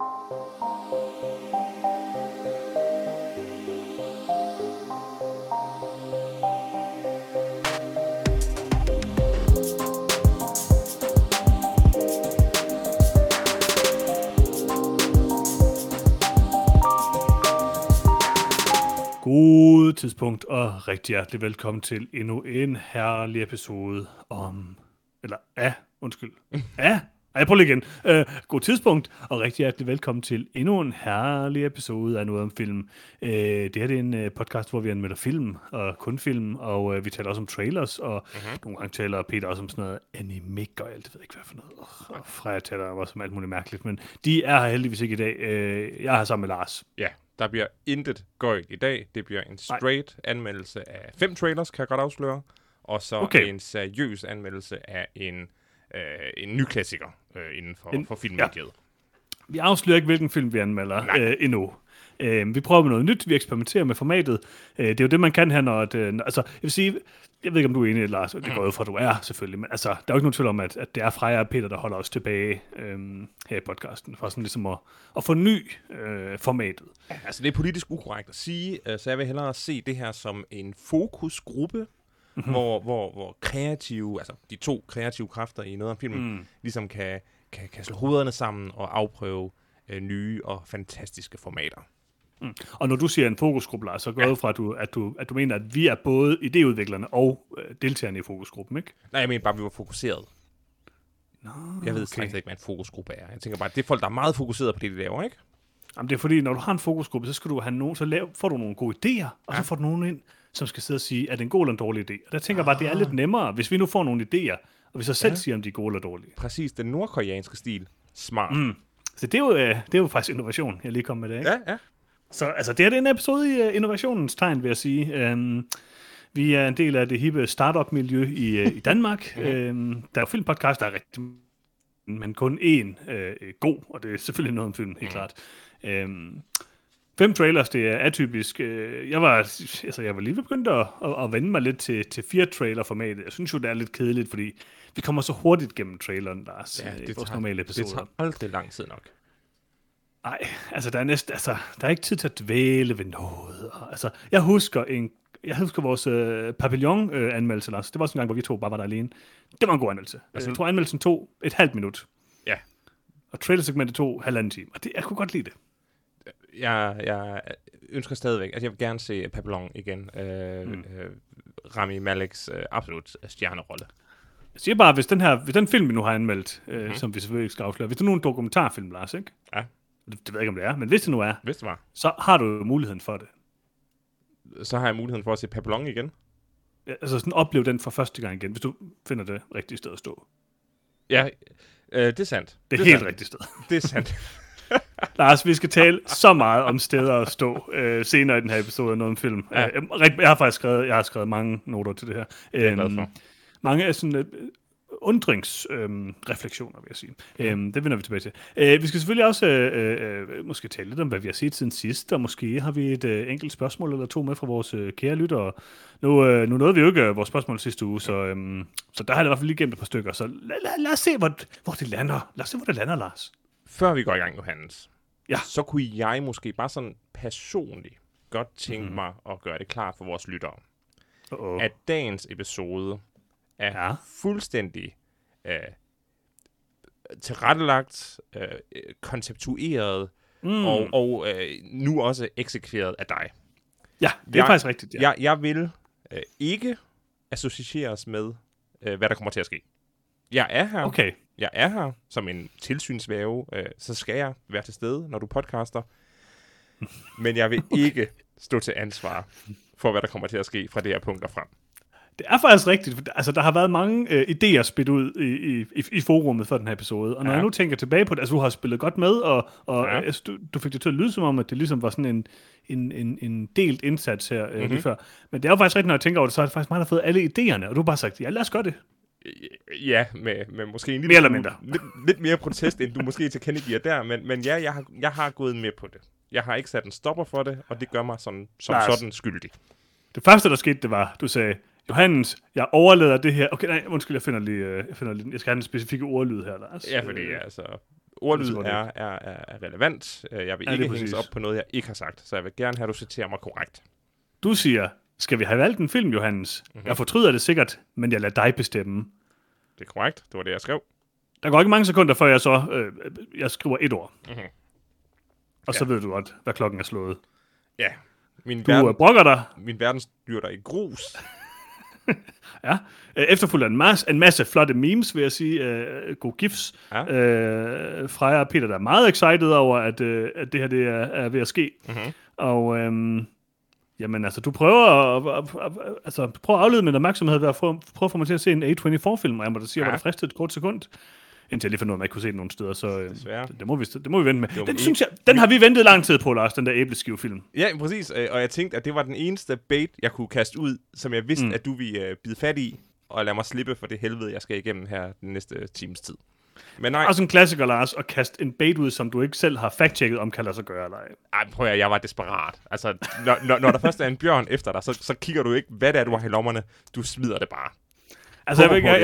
God tidspunkt, og rigtig hjertelig velkommen til endnu en herlig episode prøv lige igen. God tidspunkt, og rigtig hjertelig velkommen til endnu en herlig episode af Noget om Film. Det her det er en podcast, hvor vi anmelder film, og kun film, og vi taler også om trailers, og nogle gange taler Peter også om sådan noget animik og alt, det ved jeg ikke hvad for noget. Og Freja taler også om alt muligt mærkeligt, men de er her heldigvis ikke i dag. Jeg er her sammen med Lars. Ja. Der bliver intet gøjl i dag. Det bliver en straight anmeldelse af 5 trailers, kan jeg godt afsløre. Og så en seriøs anmeldelse af en ny klassiker inden for filmmediet. Ja. Vi afslører ikke, hvilken film vi anmelder endnu. Vi prøver med noget nyt. Vi eksperimenterer med formatet. Det er jo det, man kan her, når... jeg vil sige... Jeg ved ikke, om du er enig, Lars. Det går ud fra, at du er, selvfølgelig. Men altså, der er jo ikke nogen tvivl om, at det er Freja og Peter, der holder os tilbage her i podcasten. For sådan ligesom at forny formatet. Ja, altså, det er politisk ukorrekt at sige. Så jeg vil hellere se det her som en fokusgruppe, hvor kreative, altså de 2 kreative kræfter i noget af filmen, ligesom kan slå hovederne sammen og afprøve nye og fantastiske formater. Og når du siger en fokusgruppe, Lars, så går jeg ud fra, at du mener, at vi er både idéudviklerne og deltagerne i fokusgruppen, ikke? Nej, jeg mener bare, at vi var fokuseret. Jeg ved slet ikke, hvad en fokusgruppe er. Jeg tænker bare, at det er folk, der er meget fokuseret på det, de laver, ikke? Jamen, det er fordi, når du har en fokusgruppe, så skal du have nogen, får du nogle gode idéer, og så får du nogen ind, som skal sidde og sige, er det en god eller en dårlig idé? Og der tænker jeg bare, at det er lidt nemmere, hvis vi nu får nogle idéer, og vi så selv siger, om de er gode eller dårlige. Præcis, den nordkoreanske stil. Smart. Så det er jo faktisk innovation, jeg lige kom med det, ikke? Ja. Så altså, det er en episode i innovationens tegn, vil jeg sige. Vi er en del af det hippe startup-miljø i Danmark. Der er jo filmpodcast, der er rigtig, men kun én god, og det er selvfølgelig noget om film, helt klart. 5 trailers, det er atypisk. Jeg var lige begyndt at vende mig lidt til 4 trailer-formatet. Jeg synes jo, det er lidt kedeligt, fordi vi kommer så hurtigt gennem traileren, Lars, i vores normale episoder. Det tager aldrig lang tid nok. Nej, altså der er ikke tid til at dvæle ved noget. Altså, jeg husker vores Papillon-anmeldelse, Lars. Det var sådan en gang, hvor vi 2 bare var der alene. Det var en god anmeldelse. Altså, jeg tror, anmeldelsen tog et halvt minut. Ja. Og trailersegmentet tog 1,5 time. Og jeg kunne godt lide det. Jeg ønsker stadigvæk, altså jeg vil gerne se Papillon igen. Rami Maleks absolut stjernerolle. Jeg siger bare, hvis den film, vi nu har anmeldt, som vi selvfølgelig ikke skal afsløre, hvis det nu er en dokumentarfilm, Lars, ikke? Ja. Det ved jeg ikke, om det er, men hvis det nu er, så har du muligheden for det. Så har jeg muligheden for at se Papillon igen? Ja, altså sådan opleve den for første gang igen, hvis du finder det rigtige sted at stå. Ja, det er sandt. Det er helt rigtigt sted. Det er sandt. Lars, vi skal tale så meget om steder at stå senere i den her episode af Noget om Film. Ja. Jeg har faktisk skrevet mange noter til det her. Mange af sådan undringsrefleksioner, vil jeg sige. Det vender vi tilbage til. Vi skal selvfølgelig også måske tale lidt om, hvad vi har set siden sidst, og måske har vi et enkelt spørgsmål eller 2 med fra vores kære lyttere. Nu nåede vi jo ikke vores spørgsmål sidste uge, så der har jeg i hvert fald lige gemt et par stykker. Så lad os se, hvor det lander. Lad os se, hvor det lander, Lars. Før vi går i gang, Johannes, så kunne jeg måske bare sådan personligt godt tænke mig at gøre det klart for vores lyttere, at dagens episode er fuldstændig tilrettelagt, konceptueret og nu også eksekveret af dig. Ja, det er faktisk rigtigt. Ja. Jeg vil ikke associeres med, hvad der kommer til at ske. Jeg er her. Okay. Jeg er her som en tilsynsværge, så skal jeg være til stede, når du podcaster. Men jeg vil ikke stå til ansvar for, hvad der kommer til at ske fra det her punkt og frem. Det er faktisk rigtigt. Altså, der har været mange idéer spildt ud i forummet for den her episode. Og når jeg nu tænker tilbage på det, altså du har spillet godt med, og altså, du fik det til at lyde som om, at det ligesom var sådan en delt indsats her lige før. Men det er jo faktisk rigtigt, når jeg tænker over det, så er det faktisk mig, der har fået alle idéerne, og du har bare sagt, ja, lad os gøre det. Ja, med måske en lidt mere protest, end du måske tilkendegiver der, men ja, jeg har gået med på det. Jeg har ikke sat en stopper for det, og det gør mig sådan skyldig. Det første, der skete, det var, du sagde, Johannes, jeg overlader det her. Okay, nej, undskyld, jeg finder lige, jeg skal have den specifikke ordlyd her, Lars. Ja, fordi altså, ordlyd er relevant. Jeg vil ikke hænges op på noget, jeg ikke har sagt. Så jeg vil gerne have, at du citerer mig korrekt. Du siger, skal vi have valgt en film, Johannes? Mm-hmm. Jeg fortryder det sikkert, men jeg lader dig bestemme. Det er korrekt. Det var det, jeg skrev. Der går ikke mange sekunder, før jeg skriver et ord. Mm-hmm. Og så ved du godt, hvad klokken er slået. Ja. Du brokker dig. Min verden styrter i grus. Ja. Efterfulgt af en masse flotte memes, vil jeg sige. Gode gifs. Ja. Freja og Peter, der er meget excited over, at det her det er ved at ske. Mm-hmm. Og jamen, altså, du prøver at aflede min opmærksomhed ved at prøve at få mig til at se en A24-film, og jeg må da sige, at jeg var der fristet et kort sekund. Indtil jeg lige fandt ud af, at man ikke kunne se den nogen steder, så det må vi vente med. Den har vi ventet lang tid på, Lars, den der æbleskivefilm. Ja, præcis, og jeg tænkte, at det var den eneste bait, jeg kunne kaste ud, som jeg vidste, at du ville bide fat i, og lade mig slippe for det helvede, jeg skal igennem her den næste times tid. Men nej. Også en klassiker, Lars, at kaste en bait ud, som du ikke selv har fact-checket, om kan lade sig gøre eller ej. Ej, prøv at jeg var desperat. Altså, når der først er en bjørn efter dig, så kigger du ikke, hvad det er, du har i lommerne. Du smider det bare. Altså,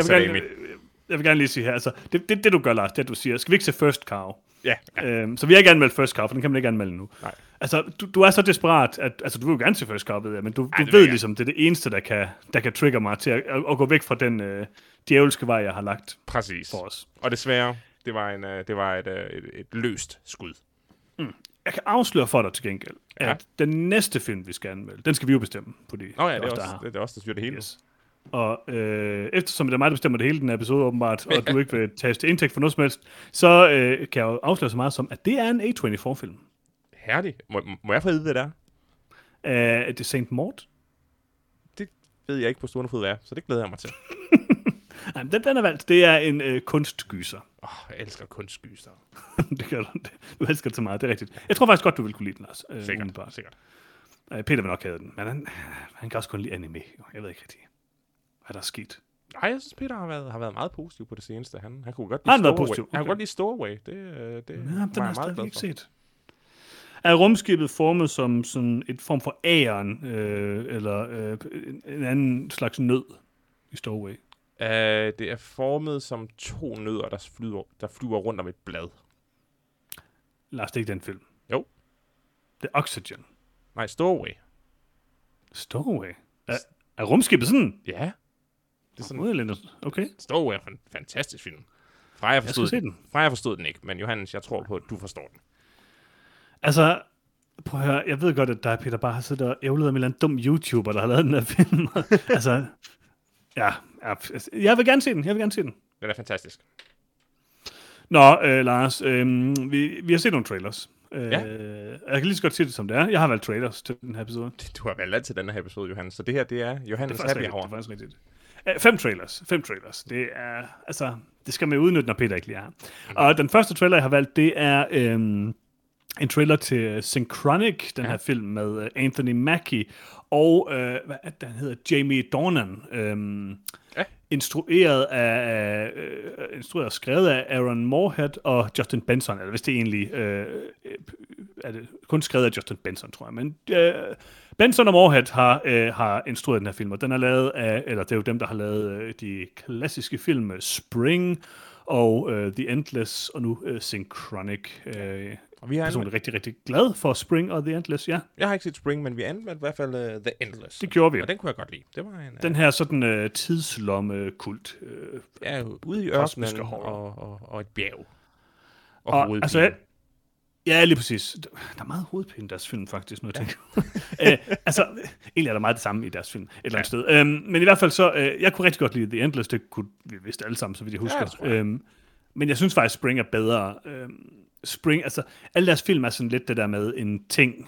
jeg vil gerne lige sige her, altså, det du gør, Lars, det du siger, skal vi ikke se First Cow? Ja. Så vi har ikke anmeldt First Cow, for den kan man ikke anmelde nu. Nej. Altså, du er så desperat, at altså, du vil jo gerne se First Cow, ved jeg, men du ved ligesom, det er det eneste, der kan trigge mig til at gå væk fra den djævelske vej, jeg har lagt for os. Og desværre, det var et løst skud. Jeg kan afsløre for dig til gengæld, at den næste film, vi skal anmelde, den skal vi jo bestemme. Fordi det er også, der styrer det hele. Yes. Og eftersom det er mig, der bestemmer det hele den her episode åbenbart, og du ikke vil tages til indtægt for noget som helst, så kan jeg jo afsløre så meget som, at det er en A24-film. Herligt. Må jeg få at vide, hvad det er? Det er Saint Maud? Det ved jeg ikke på stående fod, hvad er, så det glæder jeg mig til. Nej, den er valgt. Det er en kunstgyser. Jeg elsker kunstgyser. Det gør du. Du elsker det så meget, det er rigtigt. Jeg tror faktisk godt, du vil kunne lide den, Lars. Sikkert. Peter vil nok have den, men han kan også kun lide anime. Jeg ved ikke rigtig, hvad der er sket. Nej, jeg synes, Peter har været meget positiv på det seneste. Han kunne godt lide Stowaway. Okay. Han kunne godt lide Stowaway. Den har jeg stadig ikke set. Er rumskibet formet som sådan et form for æren, eller en anden slags nød i Stowaway? Det er formet som 2 nødder, der flyver rundt om et blad. Lars, det er ikke den film. Jo. Det er Oxygen. Nej, Stowaway. Stowaway? Er rumskibet sådan? Ja. Det er sådan. Okay. Stowaway er en fantastisk film. Freja forstod den ikke, men Johannes, jeg tror på, at du forstår den. Altså, prøv at høre, jeg ved godt, at Peter bare har siddet og ævlet om en eller anden dum YouTuber, der har lavet den her film. Altså, jeg vil gerne se den. Den er fantastisk. Nå, Lars, vi har set nogle trailers. Jeg kan lige så godt sige det, som det er. Jeg har valgt trailers til den her episode. Du har valgt alt til den her episode, Johannes. Så det her, det er Johannes happy hour. Det er faktisk rigtigt. 5 trailers. Det er, altså, det skal man udnytte, når Peter ikke lige er. Og den første trailer, jeg har valgt, det er en trailer til Synchronic, den her film med Anthony Mackie og, hvad er det, den hedder? Jamie Dornan. Instrueret og skrevet af Aaron Moorhead og Justin Benson, eller hvis det egentlig er det kun skrevet af Justin Benson, tror jeg, men Benson og Moorhead har instrueret den her film, og den er lavet af, eller det er jo dem, der har lavet de klassiske film Spring og The Endless, og nu Synchronic. Og vi er personligt rigtig, rigtig glad for Spring og The Endless, ja. Jeg har ikke set Spring, men vi anmeldte i hvert fald The Endless. Det gjorde vi. Og den kunne jeg godt lide. Det var den her sådan tidslomme-kult. Ude i ørkenen og et bjerg. Og hovedpine. Altså, ja, lige præcis. Der er meget hovedpine i deres film, faktisk, noget tænker. Altså, egentlig er der meget det samme i deres film, et eller andet sted. Men i hvert fald så, jeg kunne rigtig godt lide The Endless, det kunne vi vidste alle sammen, så vidt jeg husker. Men jeg synes faktisk, Spring er bedre. Spring, altså, alle deres film er sådan lidt det der med en ting,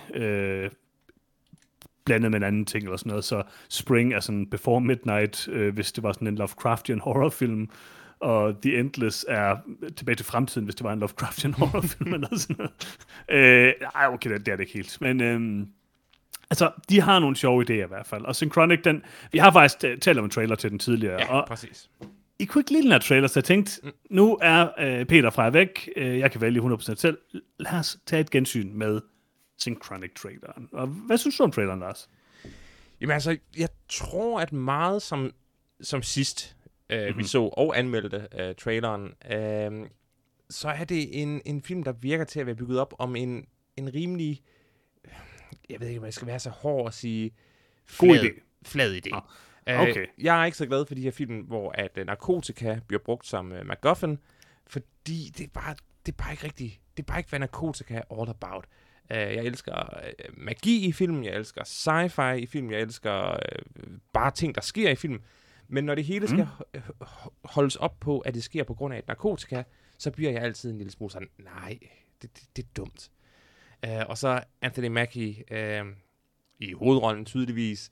blandet med en anden ting, eller sådan noget, så Spring er sådan Before Midnight, hvis det var sådan en Lovecraftian horrorfilm, og The Endless er Tilbage til fremtiden, hvis det var en Lovecraftian horrorfilm, eller sådan noget. Okay, det er det ikke helt, men altså, de har nogle sjove idéer i hvert fald, og Synchronic, vi har faktisk talt om en trailer til den tidligere, og præcis. I kunne ikke lide den her trailer, så jeg tænkte, nu er Peter fra væk, jeg kan vælge 100% selv. Lad os tage et gensyn med Synchronic-traileren. Og hvad synes du om traileren, Lars? Jamen altså, jeg tror, at meget som sidst vi så og anmeldte traileren, så er det en film, der virker til at være bygget op om en rimelig, jeg ved ikke, om jeg skal være så hård at sige, flad idé. Okay. Jeg er ikke så glad for de her film, hvor at narkotika bliver brugt som MacGuffin, fordi det er bare ikke rigtigt. Det er bare ikke, hvad narkotika er all about. Jeg elsker magi i film, jeg elsker sci-fi i film, jeg elsker bare ting, der sker i film. Men når det hele skal holdes op på, at det sker på grund af et narkotika, så bliver jeg altid en lille smule sådan, nej, det er dumt. Og så Anthony Mackie i hovedrollen tydeligvis.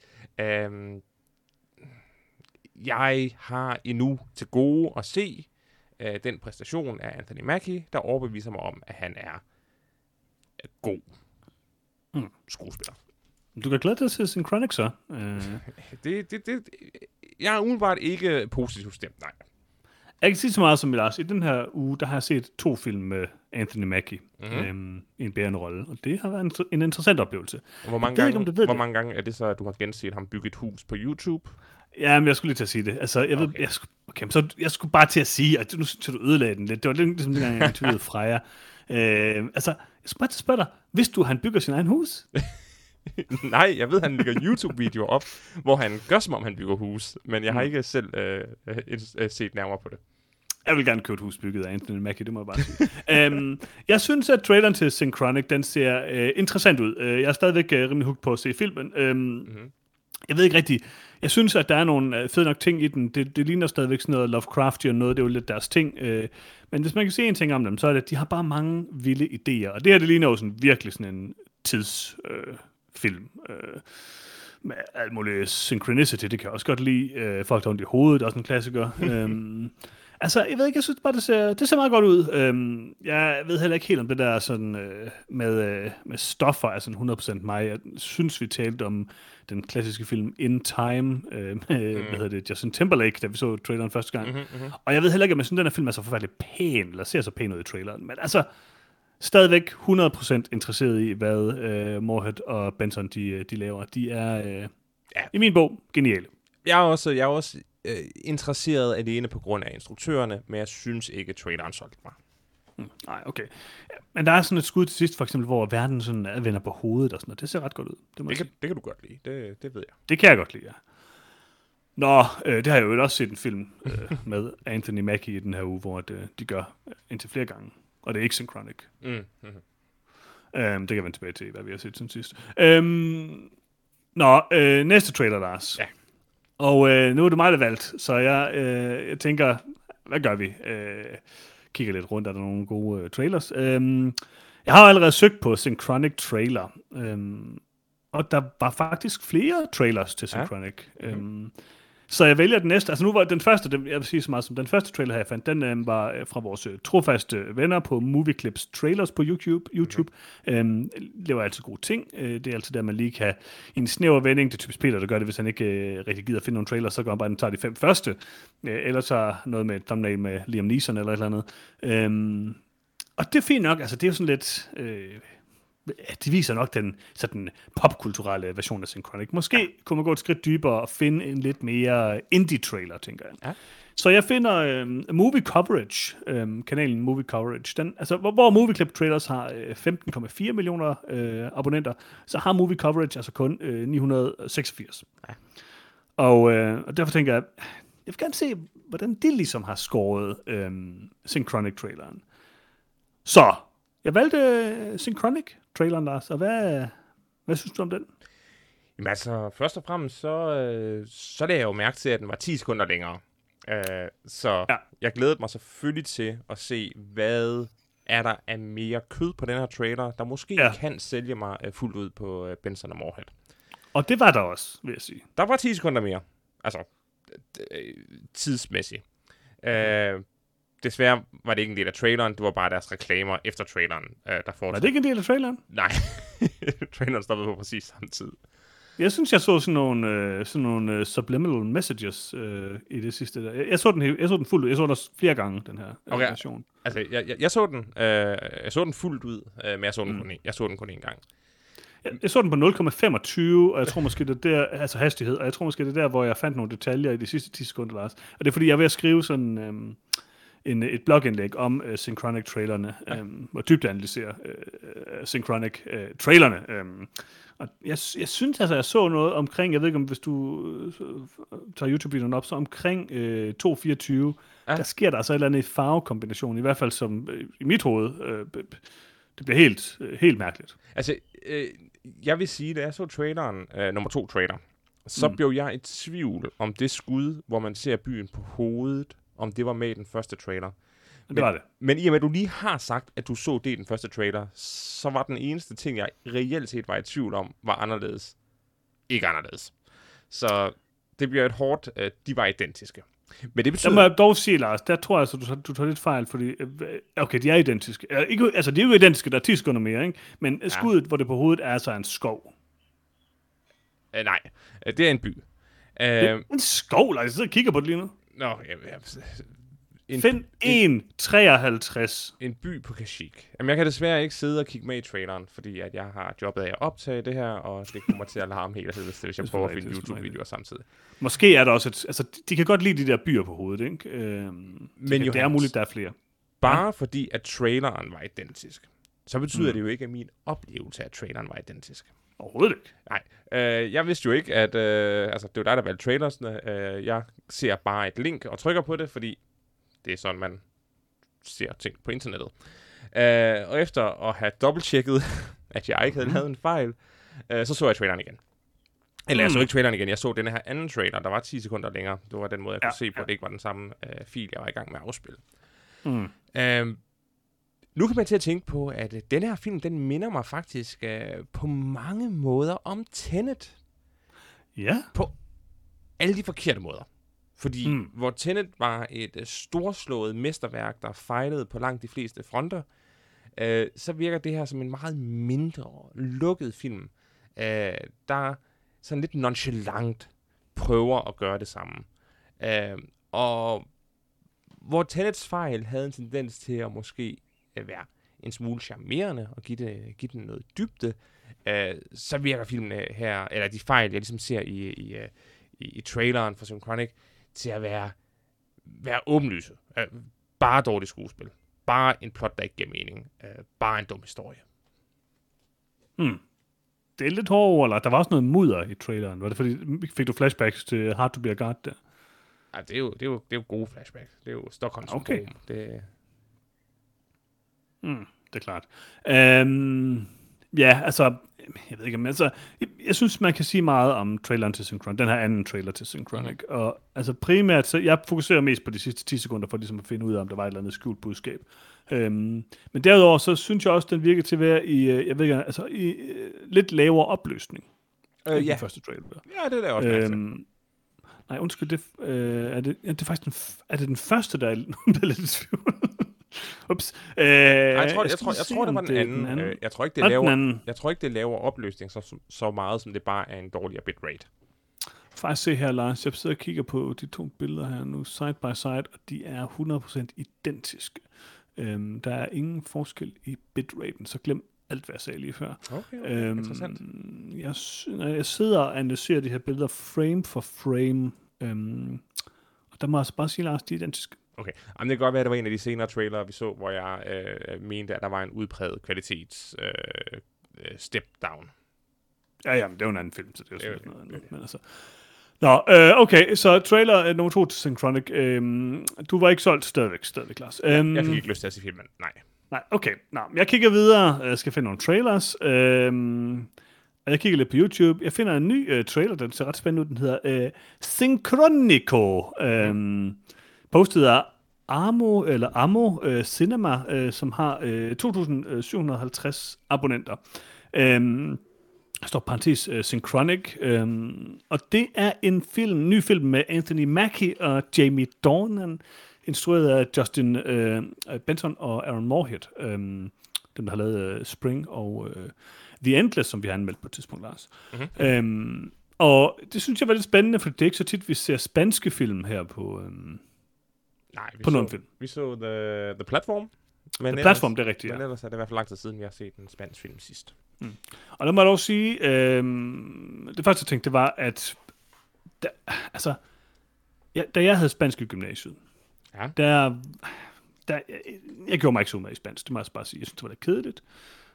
Jeg har endnu til gode at se den præstation af Anthony Mackie, der overbeviser mig om, at han er god skuespiller. Du kan glæde dig til Synchronic, så. Jeg er umiddelbart ikke positivt stemt, nej. Jeg kan sige så meget som Lars. I den her uge, der har jeg set 2 film med Anthony Mackie i en bærende rolle, og det har været en interessant oplevelse. Hvor mange gange er det så, at du har genset ham bygge et hus på YouTube? Ja, men jeg skulle lige til at sige det. Altså, jeg skulle bare til at sige, at nu synes jeg, du ødelagde den lidt. Det var lidt ligesom dengang, jeg interviewede Freja. Jeg skulle bare til at spørge dig, vidste du, at han bygger sin egen hus? Nej, jeg ved, at han lægger YouTube-videoer op, hvor han gør, som om han bygger hus, men jeg har ikke selv set nærmere på det. Jeg vil gerne købe et hus bygget af Anthony Mackie, det må jeg bare sige. Jeg synes, at traileren til Synchronic, den ser interessant ud. Jeg er stadigvæk rimelig hooked på at se filmen. Jeg ved ikke rigtigt. Jeg synes, at der er nogle fede nok ting i den. Det ligner stadigvæk sådan noget Lovecrafty og noget. Det er jo lidt deres ting. Men hvis man kan se en ting om dem, så er det, at de har bare mange vilde idéer. Og det her, det ligner jo sådan virkelig sådan en tidsfilm. Med alt muligt synchronicity. Det kan jeg også godt lide. Folk der ondt i hovedet, det er også en klassiker. Altså, jeg ved ikke, jeg synes bare, det ser meget godt ud. Jeg ved heller ikke helt om det der sådan, med stoffer er sådan 100% mig. Jeg synes, vi talte om den klassiske film In Time med Justin Timberlake, da vi så traileren første gang. Og jeg ved heller ikke, om jeg synes, den her film er så forfærdeligt pæn, eller ser så pæn ud i traileren. Men altså, stadigvæk 100% interesseret i, hvad Moorhead og Benson de laver. De er, i min bog, geniale. Jeg er også interesseret alene på grund af instruktørerne, men jeg synes ikke, at traileren solgte mig. Nej, okay. Ja, men der er sådan et skud til sidst, for eksempel, hvor verden sådan vender på hovedet og sådan noget. Det ser ret godt ud. Det kan du godt lide, det ved jeg. Det kan jeg godt lide, ja. Nå, det har jeg jo også set en film med Anthony Mackie i den her uge, hvor de gør indtil flere gange. Og det er ikke Synchronic. Det kan jeg vende tilbage til, hvad vi har set siden sidst. Næste trailer, Lars. Ja. Og nu er det mig, der valgt, så jeg tænker, hvad gør vi? Kigger lidt rundt, er der nogle gode trailers. Jeg har allerede søgt på Synchronic trailer, og der var faktisk flere trailers til Synchronic. Så jeg vælger den næste. Altså nu var den første, jeg vil sige så meget som den første trailer, jeg fandt, den var fra vores trofaste venner på Movie Clips Trailers på YouTube. Det var altid gode ting. Det er altid der, man lige kan i en snæver vending. Det er typisk Peter, der gør det, hvis han ikke rigtig gider at finde nogle trailers, så går han bare, den tager de 5 første. Eller så noget med et thumbnail med Liam Neeson eller et eller andet. Og det er fint nok. Altså det er jo sådan lidt... de viser nok den sådan popkulturelle version af Synchronic. Måske kunne man gå et skridt dybere og finde en lidt mere indie-trailer, tænker jeg. Ja. Så jeg finder Movie Coverage, kanalen Movie Coverage. Den, altså, hvor Movie Clip Trailers har 15,4 millioner abonnenter, så har Movie Coverage altså kun 986. Ja. Og derfor tænker jeg vil gerne se, hvordan de ligesom har skåret Synchronic-traileren. Så jeg valgte Synchronic-traileren, Lars, og hvad synes du om den? Jamen altså, først og fremmest, så lagde jeg jo mærke til, at den var 10 sekunder længere. Jeg glædede mig selvfølgelig til at se, hvad er der af mere kød på den her trailer, der måske kan sælge mig fuldt ud på Benson og Moorhead. Og det var der også, vil jeg sige. Der var 10 sekunder mere. Altså, tidsmæssigt. Desværre var det ikke en del af traileren, det var bare deres reklamer efter traileren, der foretog. Var det ikke en del af traileren? Nej, traileren stoppede på præcis samme tid. Jeg synes, jeg så sådan nogle subliminal messages i det sidste der. Jeg så den fuldt ud. Jeg så den også flere gange, den her version. Altså, jeg så den fuldt ud, men jeg så den kun én gang. Jeg så den på 0,25, og jeg tror måske det der, altså hastighed, og jeg tror måske det der, hvor jeg fandt nogle detaljer i de sidste 10 sekunder, Lars. Og det er fordi, jeg er ved at skrive sådan et blogindlæg om Synchronic-trailerne, hvor dybt analyserer Synchronic-trailerne. Og jeg synes altså, jeg så noget omkring, jeg ved ikke om, hvis du tager YouTube-videoen op, så omkring 2.24, der sker der altså et eller andet i farvekombination, i hvert fald som i mit hoved, det bliver helt mærkeligt. Altså, jeg vil sige, da jeg så traileren, nummer 2 trailer, så blev jeg i tvivl om det skud, hvor man ser byen på hovedet, om det var med i den første trailer. Det var det. Men i og med, at du lige har sagt, at du så det i den første trailer, så var den eneste ting, jeg reelt set var i tvivl om, var anderledes. Ikke anderledes. Så det bliver et hårdt, de var identiske. Men det betyder... Der må jeg dog sige, Lars, der tror jeg, altså, du tager lidt fejl, fordi, okay, de er identiske. Altså, de er jo identiske, der er 10 sekunder mere, ikke? Men skuddet, hvor det på hovedet er altså en skov. Nej, det er en by. Det er en skov, Lars, jeg sidder og kigger på det lige nu. Nå, Find 1,53. En by på Kashyyyk. Jamen, jeg kan desværre ikke sidde og kigge med i traileren, fordi at jeg har jobbet af at optage det her, og det kommer til at larme helt af helvede, hvis jeg prøver at finde YouTube-videoer samtidig. Måske er der også altså, de kan godt lide de der byer på hovedet, ikke? Men det er muligt, der er flere. Bare fordi, at traileren var identisk, så betyder det jo ikke, at min oplevelse af traileren var identisk. Overhovedet ikke. Nej. Jeg vidste jo ikke, at altså, det var dig, der valgte trailersne. Jeg ser bare et link og trykker på det, fordi det er sådan, man ser ting på internettet. Og efter at have dobbelttjekket, at jeg ikke havde lavet en fejl, så jeg traileren igen. Eller jeg så ikke traileren igen, jeg så den her anden trailer, der var 10 sekunder længere. Det var den måde, jeg kunne se på, at det ikke var den samme fil, jeg var i gang med at afspille. Nu kan man til at tænke på, at denne her film, den minder mig faktisk på mange måder om Tenet. Ja. På alle de forkerte måder. Fordi hvor Tenet var et storslået mesterværk, der fejlede på langt de fleste fronter, så virker det her som en meget mindre, lukket film, der sådan lidt nonchalant prøver at gøre det samme. Og hvor Tenets fejl havde en tendens til at måske være en smule charmerende og give den noget dybde, så virker filmen her, eller de fejl, jeg ligesom ser i traileren for Synchronic, til at være åbenlyse. Bare dårligt skuespil. Bare en plot, der ikke giver mening. Bare en dum historie. Det er lidt hårdt ord, eller der var også noget mudder i traileren. Var det fordi, fik du flashbacks til Hard to Be a God der? Ja, det er jo gode flashbacks. Det er jo Stockholm-syndrom. Okay. Det er klart. Ja, altså, jeg ved ikke, men altså, jeg synes, man kan sige meget om traileren til Synchronic, den her anden trailer til Synchronic, og altså primært, så jeg fokuserer mest på de sidste 10 sekunder, for ligesom at finde ud af, om der var et eller andet skjult budskab. Men derudover, så synes jeg også, den virker til at være jeg ved ikke, altså, i lidt lavere opløsning. Den første trailer. Ja, det er der også. Nej, undskyld, det er faktisk den første, der er lidt i tvivl. Ups. Jeg tror, det var den anden. Jeg tror ikke, det laver opløsning så meget, som det bare er en dårligere bitrate. Faktisk se her, Lars. Jeg sidder og kigger på de to billeder her nu, side by side, og de er 100% identiske. Der er ingen forskel i bitraten, så glem alt, hvad jeg sagde lige før. Okay, interessant. Jeg sidder og analyserer de her billeder frame for frame, og der må jeg altså bare sige, Lars, de er identiske. Okay, men det kan godt være, at det var en af de senere trailere, vi så, hvor jeg mente, at der var en udpræget kvalitets step down. Ja, men det er jo en anden film, så det er jo sådan noget andet. Men altså. Nå, okay, så trailer nummer 2 til Synchronic. Du var ikke solgt stadigvæk, Lars. Jeg fik ikke lyst til at se filmen, nej. Okay. Nå, jeg kigger videre. Jeg skal finde nogle trailers. Jeg kigger lidt på YouTube. Jeg finder en ny trailer, den ser ret spændende ud. Den hedder Synchronico. Postet af Amo Cinema, som har 2.750 abonnenter. Der står parentes Synchronic. Og det er en ny film med Anthony Mackie og Jamie Dornan, instrueret af Justin Benson og Aaron Moorhead. Dem, der har lavet Spring og The Endless, som vi har anmeldt på et tidspunkt, Lars. Og det synes jeg var lidt spændende, for det er ikke så tit, vi ser spanske film her på... nogle film. Vi så The Platform. The Platform, det er rigtigt, ja. Men ellers er det i hvert fald lang tid siden, vi har set en spansk film sidst. Og der må jeg dog sige, det første jeg tænkte, det var, at da jeg havde spansk i gymnasiet, der jeg gjorde mig ikke så meget i spansk, det må jeg bare sige. Jeg synes, det var lidt kedeligt.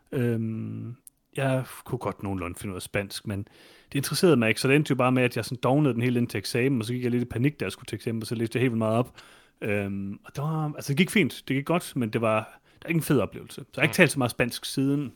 Jeg kunne godt nogenlunde finde ud af spansk, men det interesserede mig ikke, så det endte jo bare med, at jeg sådan dognede den hele ind til eksamen, og så gik jeg lidt i panik, da jeg skulle til eksamen, og så læste jeg helt vildt meget op. Og det gik fint, det gik godt, men det var ikke en fed oplevelse. Så jeg har ikke talt så meget spansk siden.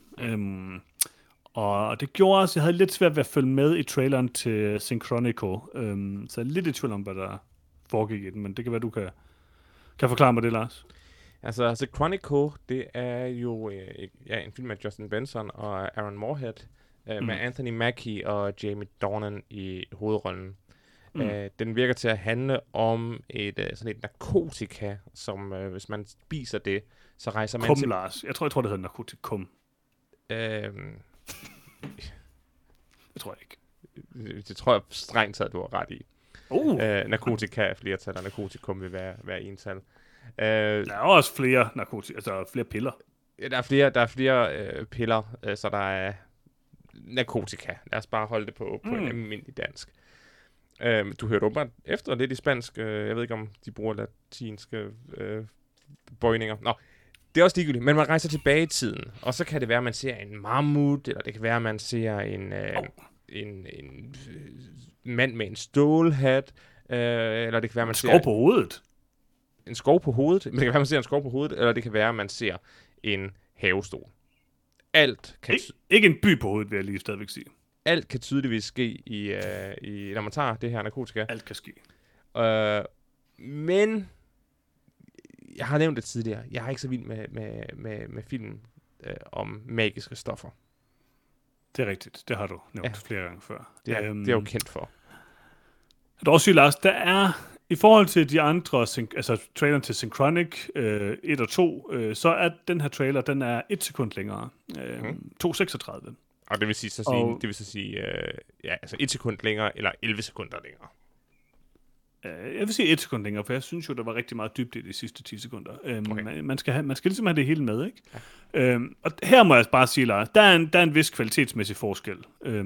Og det gjorde også, jeg havde lidt svært ved at følge med i traileren til Synchronico, så jeg er lidt i tvivl om, hvad der foregik i den, men det kan være, du kan forklare mig det, Lars. Altså, Synchronico, det er jo en film med Justin Benson og Aaron Moorhead, med Anthony Mackie og Jamie Dornan i hovedrollen. Den virker til at handle om sådan et narkotika, som hvis man spiser det, så rejser man til... Lars. Jeg tror, det hedder narkotikum. Det tror jeg ikke. Det tror jeg strengt taget, du har ret i. Narkotika er flertal, og narkotikum vil være ental. Der er også flere narkotika, altså flere piller. Ja, der er flere piller, så der er narkotika. Lad os bare holde det på en almindelig dansk. Du hørte åbenbart efter lidt i spansk. Jeg ved ikke, om de bruger latinske bøjninger. Nå, det er også ligegyldigt, men man rejser tilbage i tiden, og så kan det være, at man ser en mammut, eller det kan være, at man ser en mand med en stålhat, eller det kan være, at man ser... En skov på hovedet. En skov på hovedet. Men det kan være, at man ser en skov på hovedet, eller det kan være, at man ser en havestol. Alt kan... Ikke en by på hovedet, vil jeg lige stadigvæk sige. Alt kan tydeligvis ske når man tager det her narkotika. Alt kan ske. Men jeg har nævnt det tidligere. Jeg er ikke så vild med film om magiske stoffer. Det er rigtigt. Det har du nævnt flere gange før. Det er jo kendt for. Jeg vil også sige, Lars, der er i forhold til de andre, altså traileren til Synchronic 1 og 2, så er den her trailer, den er 1 sekund længere. 2:36. Og det vil sige, altså 1 sekund længere, eller 11 sekunder længere. Jeg vil sige 1 sekund længere, for jeg synes jo, der var rigtig meget dybt i de sidste 10 sekunder. Okay. Man skal ligesom have det hele med, ikke? Ja. Og her må jeg bare sige, Lars, der er en vis kvalitetsmæssig forskel.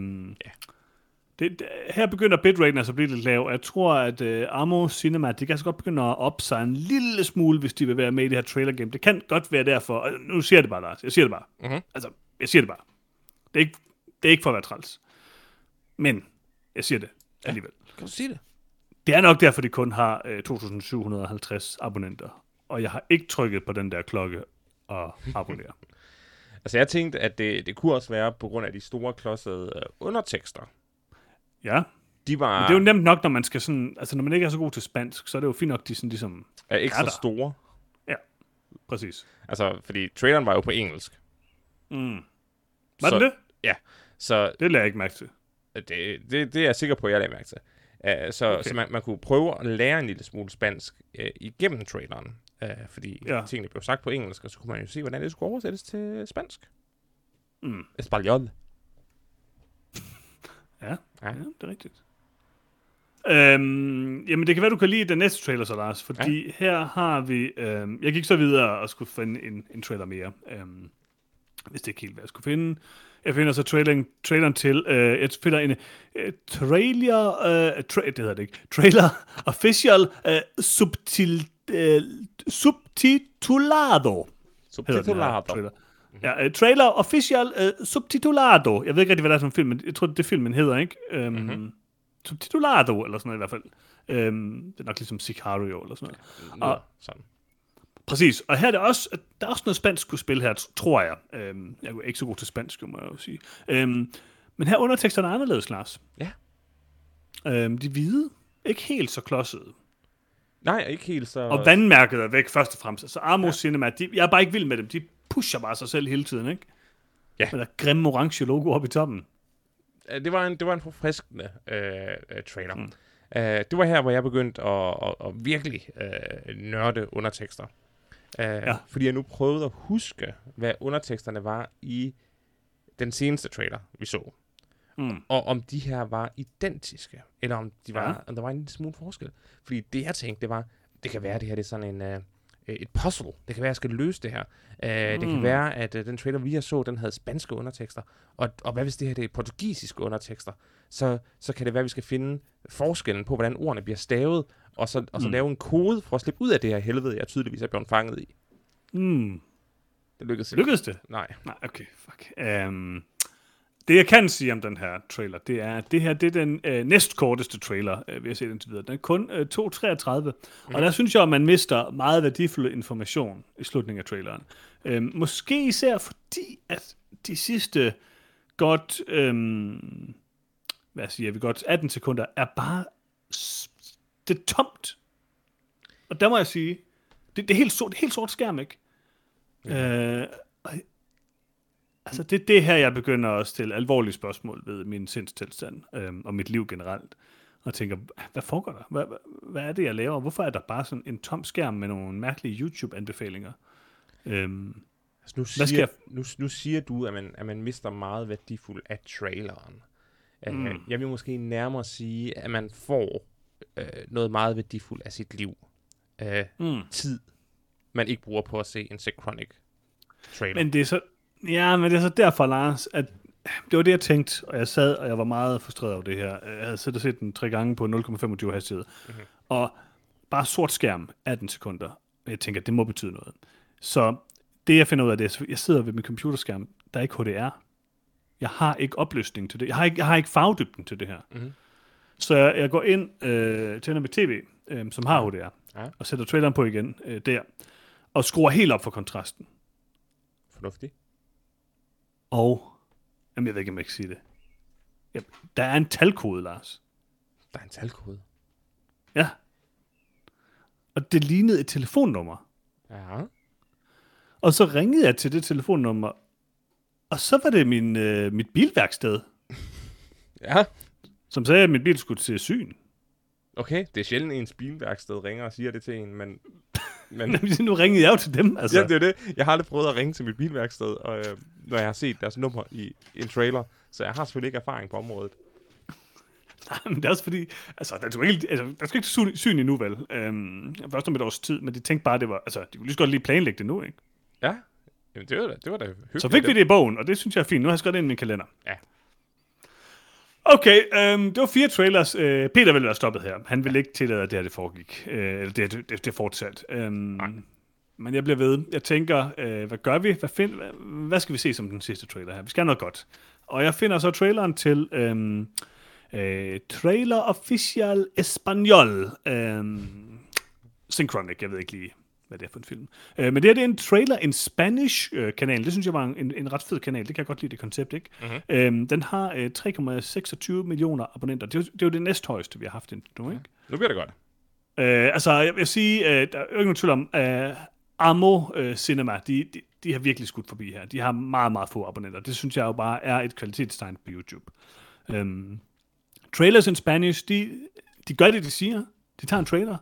Her begynder bitraten altså at blive lidt lav. Jeg tror, at Ammo Cinema, de kan altså godt begynde at op sig en lille smule, hvis de vil være med i det her trailer game. Det kan godt være derfor. Nu siger jeg det bare, Lars. Jeg siger det bare. Altså, jeg siger det bare. Det er ikke for at være træls. Men jeg siger det alligevel. Kan du sige det? Det er nok derfor, de kun har 2.750 abonnenter. Og jeg har ikke trykket på den der klokke og abonnere. Altså, jeg tænkte, at det kunne også være på grund af de store klodsede undertekster. Ja, men det er jo nemt nok, når man skal sådan... Altså, når man ikke er så god til spansk, så er det jo fint nok, de sådan ligesom... Er ekstra store. Ja, præcis. Altså, fordi traileren var jo på engelsk. Var den det? Ja. Så det lader jeg ikke mærke til. Det er jeg sikker på, at jeg lader mærke til. Så man kunne prøve at lære en lille smule spansk igennem traileren. Fordi tingene blev sagt på engelsk, og så kunne man jo se, hvordan det skulle oversættes til spansk. Español. Ja, det er rigtigt. Jamen, det kan være, du kan lide den næste trailer så, Lars, fordi her har vi... jeg gik så videre og skulle finde en trailer mere, hvis det ikke helt, hvad jeg skulle finde. Jeg finder så traileren til... jeg finder en trailer... det hedder det ikke. Trailer official subtitulado. Subtitulado. Ja, trailer official subtitulado. Jeg ved ikke rigtig, hvad det er for en film, men jeg tror, det filmen hedder, ikke? Subtitulado, eller sådan noget i hvert fald. Det er nok ligesom Sicario, eller sådan noget. Og, sådan. Præcis, og her er der er også noget spansk kunne spille her, tror jeg. Jeg er ikke så god til spansk, må jeg jo sige. Men her underteksterne er anderledes, Lars. Ja. De hvide, ikke helt så klodsede. Nej, ikke helt så... Og vandmærket er væk først og fremmest. Altså Ammo Cinema, jeg er bare ikke vild med dem. De pusher bare sig selv hele tiden, ikke? Ja. Med der grimme orange logo oppe i toppen. Det var en forfriskende trailer. Det var her, hvor jeg begyndte at virkelig nørde undertekster. Fordi jeg nu prøvede at huske, hvad underteksterne var i den seneste trailer, vi så. Og om de her var identiske, eller om der var en smule forskel. Fordi det, jeg tænkte, det kan være, det her det er sådan et puzzle. Det kan være, at jeg skal løse det her. Det kan være, at den trailer, vi så, den havde spanske undertekster. Og hvad hvis det her det er portugisiske undertekster? Så kan det være, at vi skal finde forskellen på, hvordan ordene bliver stavet. og så lave en kode for at slippe ud af det her helvede, jeg tydeligvis er blevet fanget i. Det lykkedes ikke. Lykkedes det? Nej, okay, fuck. Det jeg kan sige om den her trailer, det er, at det her det er den næstkorteste trailer, vi har set indtil videre. Den er kun 2.33, og der synes jeg, at man mister meget værdifuld information i slutningen af traileren. Måske især fordi, at de sidste godt, hvad siger vi, godt 18 sekunder, er bare det er tomt. Og der må jeg sige, det er helt sort skærm, ikke? Altså, det er det her, jeg begynder at stille alvorlige spørgsmål ved min sindstilstand og mit liv generelt. Og tænker, hvad foregår der? Hvad er det, jeg laver? Hvorfor er der bare sådan en tom skærm med nogle mærkelige YouTube-anbefalinger? Nu siger du, at man mister meget værdifuldt af traileren. Jeg vil måske nærmere sige, at man får noget meget værdifuldt af sit liv. Tid, man ikke bruger på at se en Synchronic trailer. Men det er så derfor, Lars, at det var det, jeg tænkte, og jeg sad, og jeg var meget frustreret over det her. Jeg havde set den 3 gange på 0,25 hastighed. Og bare sort skærm, 18 sekunder. Og jeg tænker, det må betyde noget. Så det, jeg finder ud af, det er, jeg sidder ved min computerskærm, der er ikke HDR. Jeg har ikke opløsning til det. Jeg har ikke farvedybden til det her. Så jeg går ind, tænder mit tv, som har HDR, og sætter traileren på igen der, og skruer helt op for kontrasten. Fornuftigt. Og, jeg ved ikke, om jeg kan sige det. Ja, der er en talkode, Lars. Der er en talkode? Ja. Og det lignede et telefonnummer. Ja. Og så ringede jeg til det telefonnummer, og så var det mit bilværksted. Ja. Som sagde, at min bil skulle til syn. Okay, det er sjældent, ens bilværksted ringer og siger det til en, men nu ringede jeg jo til dem, altså. Ja, det er det. Jeg har aldrig prøvet at ringe til mit bilværksted, og, når jeg har set deres nummer i en trailer, så jeg har selvfølgelig ikke erfaring på området. Nej, men det er også fordi, altså, der skal ikke syn endnu, vel? Først om et års tid, men de tænkte bare, det var, altså, de kunne lige så godt lige planlægge det nu, ikke? Ja, jamen det var da hyggeligt. Så fik vi det i bogen, og det synes jeg er fint. Nu har jeg skrevet det ind i min kalender. Ja. Okay, det var 4 trailers. Peter ville være stoppet her. Han ville ikke tillade, at det her det foregik. Eller det fortsat. Men jeg bliver ved. Jeg tænker, hvad gør vi? Hvad skal vi se som den sidste trailer her? Vi skal have noget godt. Og jeg finder så traileren til Trailer Official Español. Synchronic, jeg ved ikke lige, hvad det er for en film. Men det er en trailer in Spanish kanal. Det synes jeg var en ret fed kanal. Det kan jeg godt lide, det koncept, ikke? Den har 3,26 millioner abonnenter. Det er jo det næsthøjeste, vi har haft indtil nu, ikke? Nu bliver det godt. Altså, jeg vil sige, der er jo ikke nogen tvivl om, Amo Cinema, de har virkelig skudt forbi her. De har meget, meget få abonnenter. Det synes jeg jo bare er et kvalitetstegn på YouTube. Trailers in Spanish, de gør det, de siger. De tager en trailer,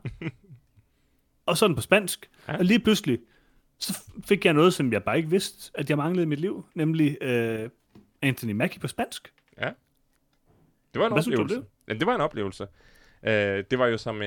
og så er den på spansk. Ja. Og lige pludselig, så fik jeg noget, som jeg bare ikke vidste, at jeg manglede i mit liv, nemlig Anthony Mackie på spansk. Ja. Det var en oplevelse. Ja, det var en oplevelse. Det var jo som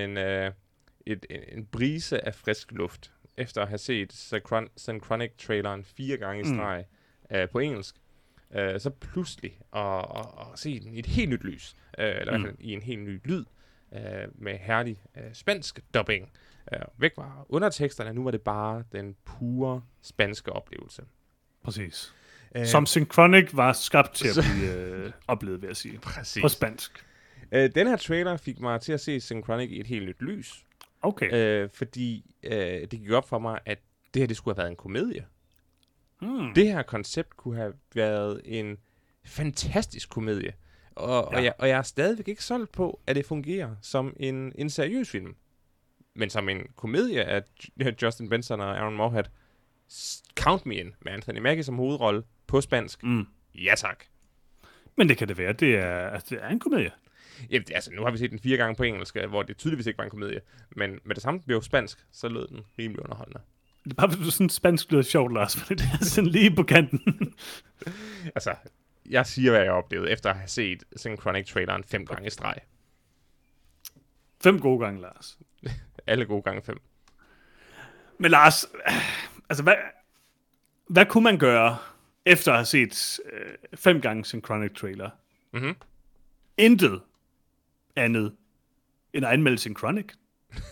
en brise af frisk luft, efter at have set Synchronic-traileren 4 gange i streg på engelsk. Så pludselig at se den i et helt nyt lys, eller i hvert fald i en helt ny lyd, med herlig spansk dubbing. Væk var underteksterne, nu var det bare den pure spanske oplevelse. Præcis. Som Synchronic var skabt til at blive oplevet, vil jeg sige. Præcis. På spansk. Den her trailer fik mig til at se Synchronic i et helt nyt lys. Okay. Fordi det gik op for mig, at det her det skulle have været en komedie. Det her koncept kunne have været en fantastisk komedie. Og jeg er stadigvæk ikke solgt på, at det fungerer som en seriøs film. Men som en komedie af Justin Benson og Aaron Moorhead, count me in, med Anthony Mackie som hovedrolle på spansk. Ja tak. Men det kan det være. Det er en komedie. Ja, altså, nu har vi set den 4 gange på engelsk, hvor det tydeligvis ikke var en komedie. Men med det samme blev spansk, så lød den rimelig underholdende. Det er bare, hvis du sådan spansk lyder sjovt, Lars, for det er sådan lige på kanten. Altså, jeg siger, hvad jeg oplevede, efter at have set Synchronic-traileren 5 gange i streg. 5 gode gange, Lars. Alle gode gange 5. Men Lars, altså, hvad kunne man gøre, efter at have set 5 gange Synchronic-trailer? Intet andet end at anmelde Synchronic.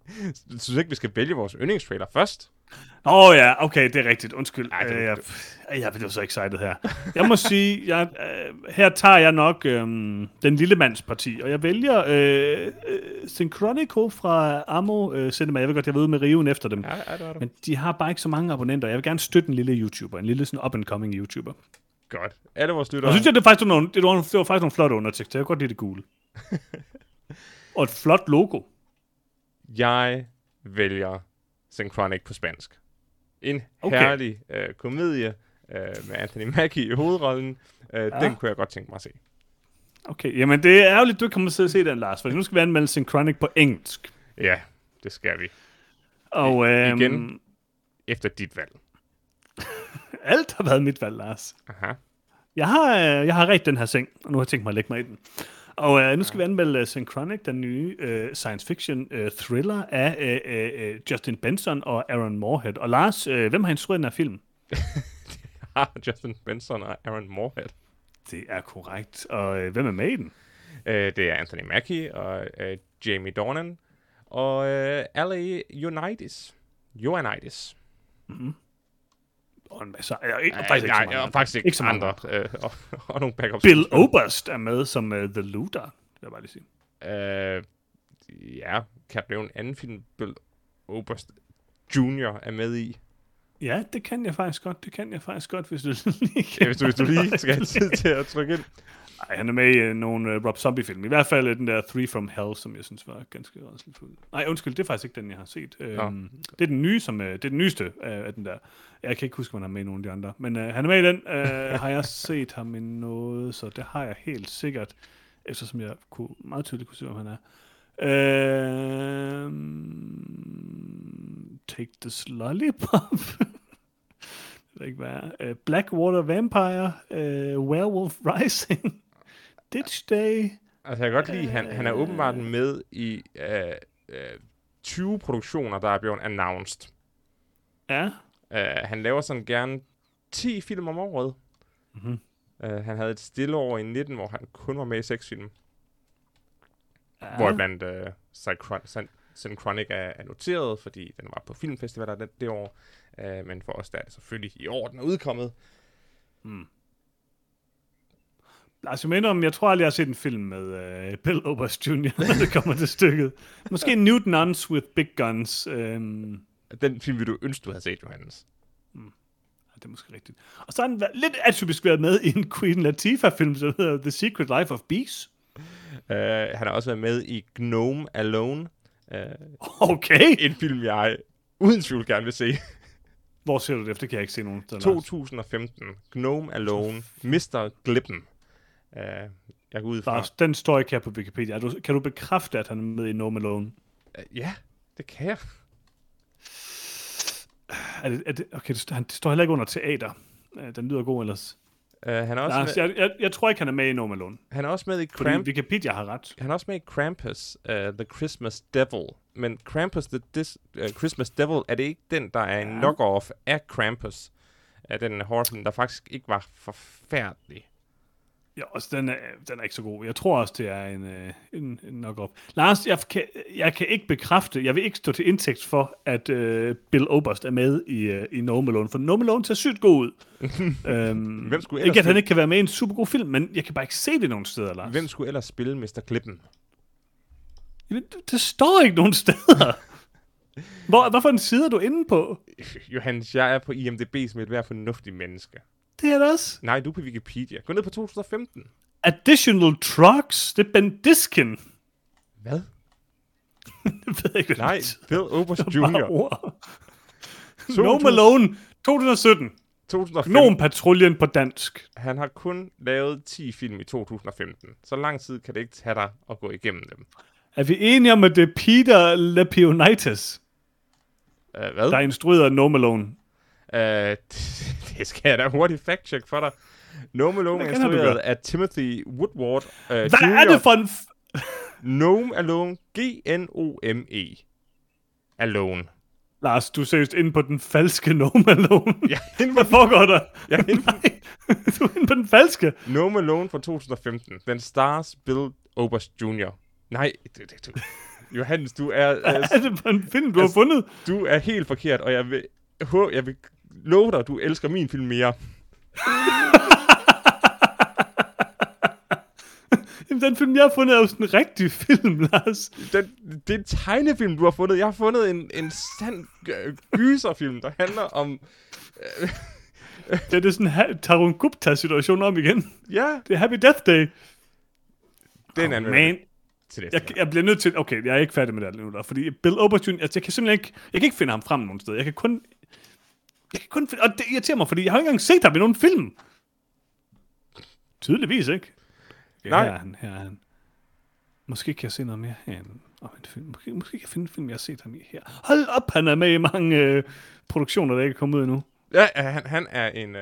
Du synes ikke, vi skal vælge vores yndlingstrailer først? Ja, okay, det er rigtigt. Undskyld. Ej, Jeg blev så excited her. Jeg må sige, her tager jeg nok den lille mands parti, og jeg vælger Synchronico fra Ammo Cinema. Jeg ved godt, jeg var ude med riven efter dem. Ja, det var det. Men de har bare ikke så mange abonnenter. Jeg vil gerne støtte en lille YouTuber, en lille sådan up-and-coming YouTuber. Godt. Alle vores lyttere. Og synes jeg, det var faktisk nogle flotte undertekster. Jeg kan godt lide det gule. Og et flot logo. Jeg vælger Synchronic på spansk. En herlig komedie med Anthony Mackie i hovedrollen. Den kunne jeg godt tænke mig at se. Okay, jamen det er ærgerligt, du ikke kommer til at se den, Lars, for nu skal vi anmelde Synchronic på engelsk. Ja, det skal vi. Og igen, efter dit valg. Alt har været mit valg, Lars. Aha. Jeg har ret den her seng, og nu har jeg tænkt mig at lægge mig i den. Og nu skal vi anmelde Synchronic, den nye science fiction thriller af Justin Benson og Aaron Moorhead. Og Lars, hvem har instrueret den her film? Justin Benson og Aaron Moorhead. Det er korrekt. Og hvem er med i den? Det er Anthony Mackie og Jamie Dornan og Ali Ioannidis. Mm-hmm. Og en masse. Faktisk ikke så mange andre. Og nogle backups. Bill Oberst er med som The Looter, vil jeg bare lige sige. Ja, kan det jo en anden film, Bill Oberst Jr. er med i? Ja, det kan jeg faktisk godt, hvis du lige ja, hvis du lige skal have tid til at trykke ind. Nej, han er med i nogle Rob Zombie-film. I hvert fald den der Three from Hell, som jeg synes var ganske rædselsfuld. Nej, undskyld, det er faktisk ikke den, jeg har set. Det er den nye, det er den nyeste af den der. Jeg kan ikke huske, om han er med i nogle af de andre. Men han er med i den. Har jeg set ham i noget, så det har jeg helt sikkert, eftersom jeg meget tydeligt kunne se, hvem han er. Take this lollipop. Det ved ikke hvad. Blackwater Vampire. Werewolf Rising. Ditch Day. Altså jeg kan godt lide, han er åbenbart med i 20 produktioner, der er blevet announced. Ja. Han laver sådan gerne 10 film om året. Mm-hmm. Han havde et stille år i 19, hvor han kun var med i 6 film. Ja. Hvor blandt Synchronic er noteret, fordi den var på filmfestivaler det år. Men for os der er det selvfølgelig i år, den er udkommet. Altså, jeg tror aldrig, jeg har set en film med Bill Oberst Jr., når det kommer til stykket. Måske Nude Nuns with Big Guns. Den film vil du ønske, du havde set, Johannes. Ja, det er måske rigtigt. Og så har han lidt atypisk været med i en Queen Latifah-film, som hedder The Secret Life of Bees. Han har også været med i Gnome Alone. Okay. En film, jeg uden tvivl gerne vil se. Hvor ser du det efter? Kan jeg ikke se nogen. 2015. Gnome Alone. Mr. Glippen. Jeg går ud fra... Den står ikke her på Wikipedia. Kan du bekræfte, at han er med i Gnome Alone? Ja, det kan jeg. Okay, det står heller ikke under teater. Den lyder god ellers. Han er også jeg tror ikke, han er med i Gnome Alone. Han er også med i Wikipedia har ret. Han er også med i Krampus, The Christmas Devil. Men Krampus, Christmas Devil, er det ikke den, der er en knock-off af Krampus? Af den horrorfilm, der faktisk ikke var forfærdelig. Ja, også den er ikke så god. Jeg tror også, det er en knock-off. Lars, jeg kan ikke bekræfte, jeg vil ikke stå til indtægt for, at Bill Oberst er med i Gnome Alone, for Gnome Alone ser sygt god ud. Hvem skulle ikke, at han ikke kan være med i en super god film, men jeg kan bare ikke se det nogen steder, Lars. Hvem skulle ellers spille Mr. Klippen? Det står ikke nogen steder. Hvorfor en side er du inde på? Johannes, jeg er på IMDb som et hver fornuftig menneske. Det er det også. Nej, du er på Wikipedia. Gå ned på 2015. Additional Trucks. Det er Ben Diskin. Hvad? Jeg ved ikke, hvad nej, Bill Oberst Jr. Gnome Alone 2017. 2015. Gnome-patruljen på dansk. Han har kun lavet 10 film i 2015. Så lang tid kan det ikke tage dig at gå igennem dem. Er vi enige om, at det er Peter Lepionitis, hvad? der instruerede Gnome Alone? Det skal jeg da hurtigt fact-check for dig. Gnome Alone er instrueret af Timothy Woodward. Hvad er det for en... Gnome Alone. G-N-O-M-E. Alone. Lars, du er seriøst inde på den falske Gnome Alone. Ja, hvad foregår der? Nej, du er inde på den falske. Gnome Alone fra 2015. Den stars Bill Oberst Jr. Nej, Johannes, du er... Hvad er det for en film, du har fundet? Du er helt forkert, og jeg vil love dig, at du elsker min film mere. Jamen, den film, jeg har fundet, er jo sådan en rigtig film, Lars. Det er en tegnefilm, du har fundet. Jeg har fundet en sand gyserfilm, der handler om... Det er sådan en Tarun Gupta-situation om igen. Ja. Det er Happy Death Day. Den er man. Jeg bliver nødt til... Okay, jeg er ikke færdig med det nu, der, fordi Bill Oberst, jeg kan simpelthen ikke... Jeg kan ikke finde ham frem nogen sted. Jeg kan kun finde... Og det irriterer mig, fordi jeg har ikke engang set ham i nogen film. Tydeligvis ikke. Okay, nej. Her er han. Måske kan jeg se noget mere herinde om en film. Måske kan jeg finde en film, jeg har set ham i her. Hold op, han er med i mange produktioner, der ikke er kommet ud endnu. Ja, han er en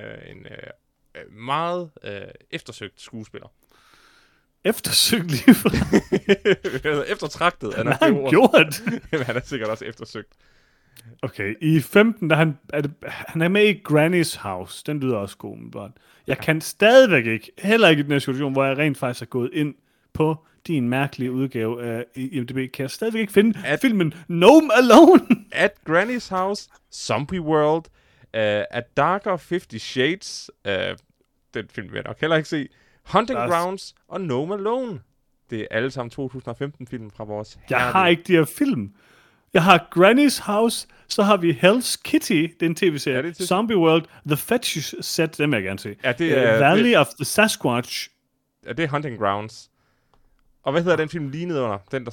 meget eftersøgt skuespiller. Eftersøgt lige for... Eftertragtet. Han har gjort. Jamen, han er sikkert også eftersøgt. Okay, i 15, der han er med i Granny's House. Den lyder også god, men jeg kan stadigvæk ikke, heller ikke i den her situation, hvor jeg rent faktisk er gået ind på din mærkelige udgave af IMDb, kan jeg stadigvæk ikke finde filmen Gnome Alone. At Granny's House, Zombie World, A Darker 50 Shades, den film vil jeg nok heller ikke se, Hunting Grounds og Gnome Alone. Det er alle sammen 2015-film fra vores herlige. Jeg har ikke de her film. Jeg har Granny's House, så har vi Hell's Kitty, det er en tv-serie, Zombie World, The Fetish Set, dem vil jeg gerne se. Ja, det er, Valley of the Sasquatch. Ja, det er Hunting Grounds. Og hvad hedder den film lige nedenunder? Den, der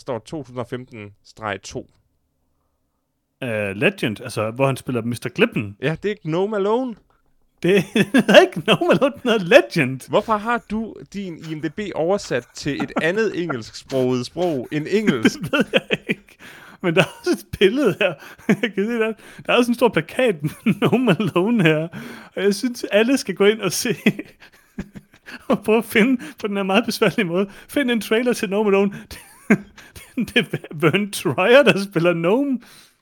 står 2015-2. Legend, altså hvor han spiller Mr. Glippen. Ja, det er ikke Gnome Alone. Det er ikke Gnome Alone, det er Legend. Hvorfor har du din IMDb oversat til et andet engelsksproget sprog end engelsk? Det ved jeg ikke. Men der er også et billede her. Jeg kan se der. Der er også en stor plakat Gnome Alone her. Og jeg synes, alle skal gå ind og se og prøve at finde på den her meget besværlige måde. Find en trailer til Gnome Alone. Det er Vern Troyer, der spiller Gnome.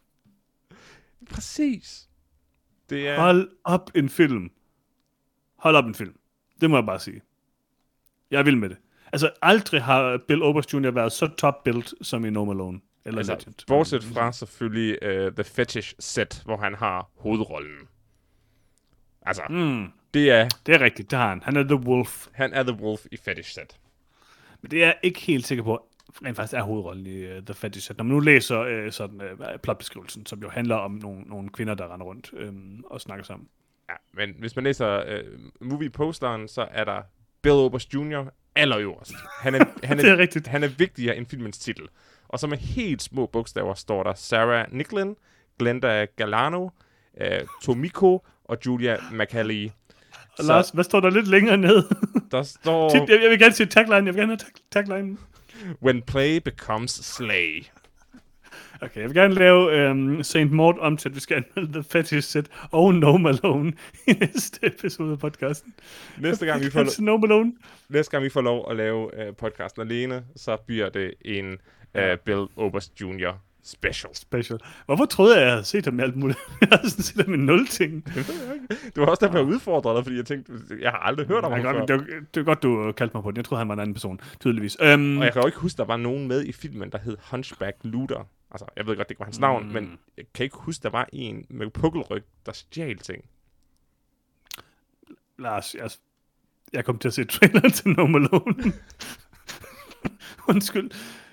Præcis. Det er... Hold op en film. Hold op en film. Det må jeg bare sige. Jeg er vild med det. Altså, aldrig har Bill Oberst Jr. været så top-built som i Gnome Alone. Eller altså, Legend. Bortset fra selvfølgelig The Fetish Set, hvor han har hovedrollen. Altså, det er rigtigt, det har han. Han er The Wolf. Han er The Wolf i Fetish Set. Men det er jeg ikke helt sikker på, rent faktisk er hovedrollen i The Fetish Set. Når man nu læser plotbeskrivelsen, som jo handler om nogle kvinder, der render rundt og snakker sammen. Ja, men hvis man læser movie-posteren, så er der Bill Oberst Jr. allerøverst. Han er rigtigt. Han er vigtigere end filmens titel. Og så med helt små bogstaver står der Sarah Nicklin, Glenda Galano, Tomiko og Julia McCallie. Og Lars, hvad står der lidt længere ned? Der står... Jeg vil gerne sige tagline. Jeg vil gerne have tagline. When play becomes slay. Okay, jeg vil gerne lave St. Maud om til, at vi skal anmelde The Fetish Set og Gnome Alone i næste episode af podcasten. Næste gang vi får lov at lave podcasten alene, så bliver det en Bill Oberst Jr. Special. Hvorfor troede jeg havde set ham med alt muligt? Jeg har sådan set ham med 0 ting. Du var også derfor udfordret dig, fordi jeg tænkte, jeg har aldrig hørt om ham før. Det var godt, du kaldte mig på den. Jeg troede, han var en anden person, tydeligvis. Og jeg kan jo ikke huske, der var nogen med i filmen, der hed Hunchback Luther. Altså, jeg ved godt, det ikke var hans navn, men jeg kan ikke huske, der var en med pukkelryg, der stjal ting. Lars, jeg kom til at se traileren til Gnome Alone. Undskyld.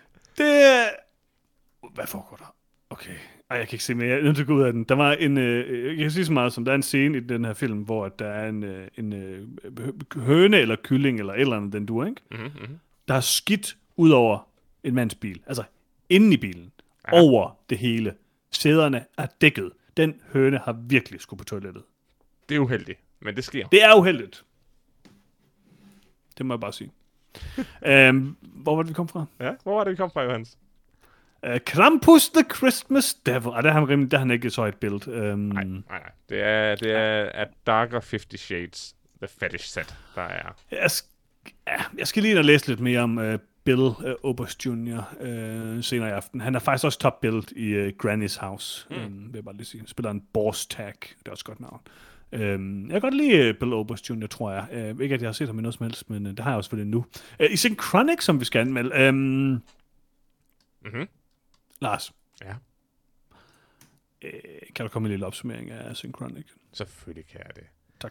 Hvad foregår der? Okay. Ej, jeg kan ikke se mere. Jeg er nødt til at gå ud af den. Der var jeg kan sige så meget som, der er en scene i den her film, hvor der er en høne eller kylling eller et eller andet, den duer, ikke? Mm-hmm. Der er skidt ud over en mands bil. Altså, inde i bilen. Ja. Over det hele. Sæderne er dækket. Den høne har virkelig skulle på toilettet. Det er uheldigt, men det sker. Det er uheldigt. Det må jeg bare sige. Hvor var det, vi kom fra? Ja, hvor var det, vi kom fra, Johannes? Krampus the Christmas Devil. Der er han ikke så et billede. Nej. Det er A Darker 50 Shades, The Fetish Set, der er. Jeg skal lige læse lidt mere om Bill Oberst Jr. Senere i aften. Han er faktisk også top-billed i Granny's House. Vil jeg bare lige sige. Spiller en boss tag. Det er også et godt navn. Jeg kan godt lide Bill Oberst Jr., tror jeg. Ikke, at jeg har set ham i noget som helst, men det har jeg også selvfølgelig nu. I Synchronic, som vi skal anmelde. Lars, Ja. kan du komme med en lille opsummering af Synchronic? Selvfølgelig kan jeg det. Tak.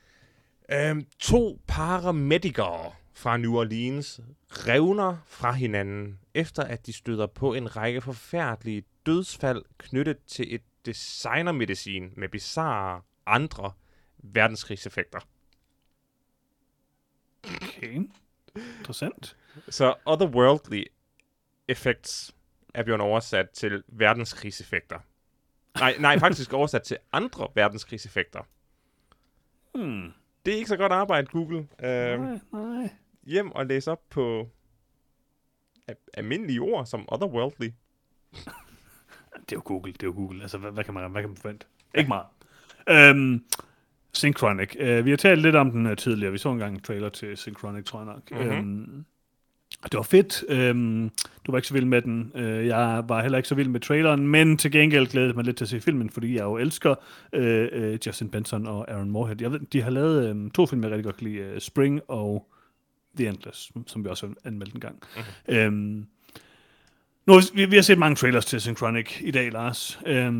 2 paramedikere fra New Orleans revner fra hinanden, efter at de støder på en række forfærdelige dødsfald knyttet til et designermedicin med bizarre andre verdenskrigseffekter. Okay. Interessant. Så otherworldly effects er blevet oversat til verdenskrigseffekter. Nej, faktisk oversat til andre verdenskrigseffekter. Det er ikke så godt arbejde, Google. Nej. Hjem og læse op på almindelige ord som otherworldly. Det er jo Google. Altså, hvad kan man forvente? Ja. Ikke meget. Synchronic. Vi har talt lidt om den tidligere. Vi så engang en trailer til Synchronic, tror jeg nok. Mm-hmm. Det var fedt. Du var ikke så vild med den. Jeg var heller ikke så vild med traileren, men til gengæld glædede mig lidt til at se filmen, fordi jeg jo elsker Justin Benson og Aaron Moorhead. Jeg ved, de har lavet 2 film, jeg rigtig godt kan lide. Spring og The Endless, som vi også har anmeldt en gang. Mm-hmm. Vi har set mange trailers til Synchronic i dag, Lars.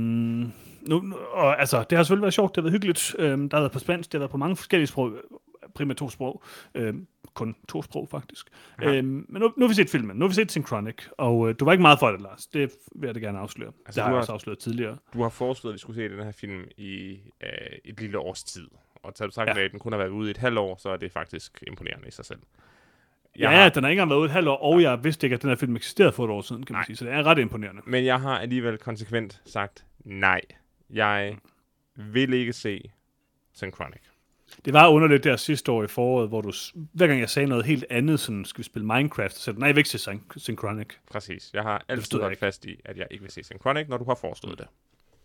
Og altså, det har selvfølgelig været sjovt, det har været hyggeligt. Der har været på spansk, det har været på mange forskellige sprog, primært 2 sprog. Kun 2 sprog, faktisk. Ja. Men nu har vi set filmen, nu har vi set Synchronic, og du var ikke meget for det, Lars. Det vil jeg da gerne afsløre. Altså, det har jeg også afsløret tidligere. Du har foreslået, at vi skulle se den her film i et lille års tid. Og til sagt, at den kun har været ude i et halvt år, så er det faktisk imponerende i sig selv. Den har ikke engang været ude et halvt år, og jeg vidste ikke, at den her film eksisterede for et år siden, kan man sige. Så det er ret imponerende. Men jeg har alligevel konsekvent sagt nej. Jeg vil ikke se Synchronic. Det var underligt der sidste år i foråret, hvor du, hver gang jeg sagde noget helt andet, sådan, skal vi spille Minecraft, så nej, jeg vil ikke se Synchronic. Præcis. Jeg har altid været fast i, at jeg ikke vil se Synchronic, når du har foreslået det.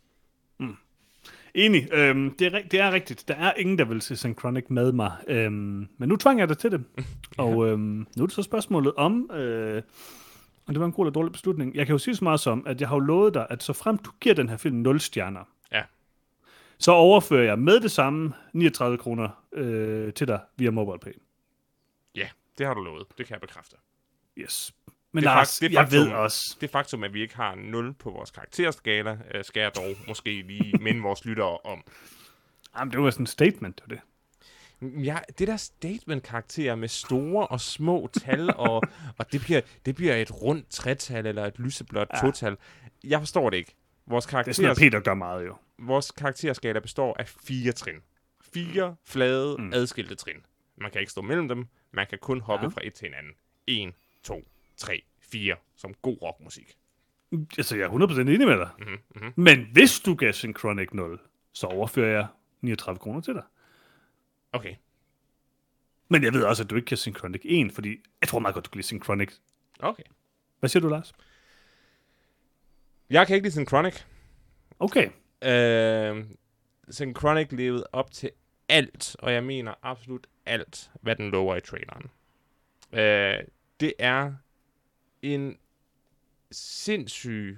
Enig. Det er rigtigt. Der er ingen, der vil se Synchronic med mig. Men nu tvang jeg dig til det. Og nu er det så spørgsmålet om... Og det var en god eller dårlig beslutning. Jeg kan jo sige så meget som, at jeg har jo lovet dig, at så frem du giver den her film 0 stjerner, så overfører jeg med det samme 39 kroner til dig via MobilePay. Ja, det har du lovet. Det kan jeg bekræfte. Yes. Men Lars, jeg ved også... Det faktum, at vi ikke har 0 på vores karakterskala, skal jeg dog måske lige minde vores lyttere om. Jamen, det var sådan en statement, det. Ja, det der statement-karakterer med store og små tal, og det bliver et rundt tretal eller et lyseblåt total. Jeg forstår det ikke. Vores det er sådan, Peter gør meget jo. Vores karakterskala består af 4 trin. 4 flade, adskilte trin. Man kan ikke stå mellem dem. Man kan kun hoppe fra et til en anden. 1, 2, 3, 4. Som god rockmusik. Altså, jeg er 100% enig med dig. Mm-hmm. Men hvis du gav Synchronic 0, så overfører jeg 39 kroner til dig. Okay. Men jeg ved også, at du ikke kan Synchronic 1, fordi jeg tror meget godt, du kan lide Synchronic. Okay. Hvad siger du, Lars? Jeg kan ikke lide Synchronic. Okay. Synchronic levede op til alt, og jeg mener absolut alt, hvad den lover i traileren. Det er en sindssyg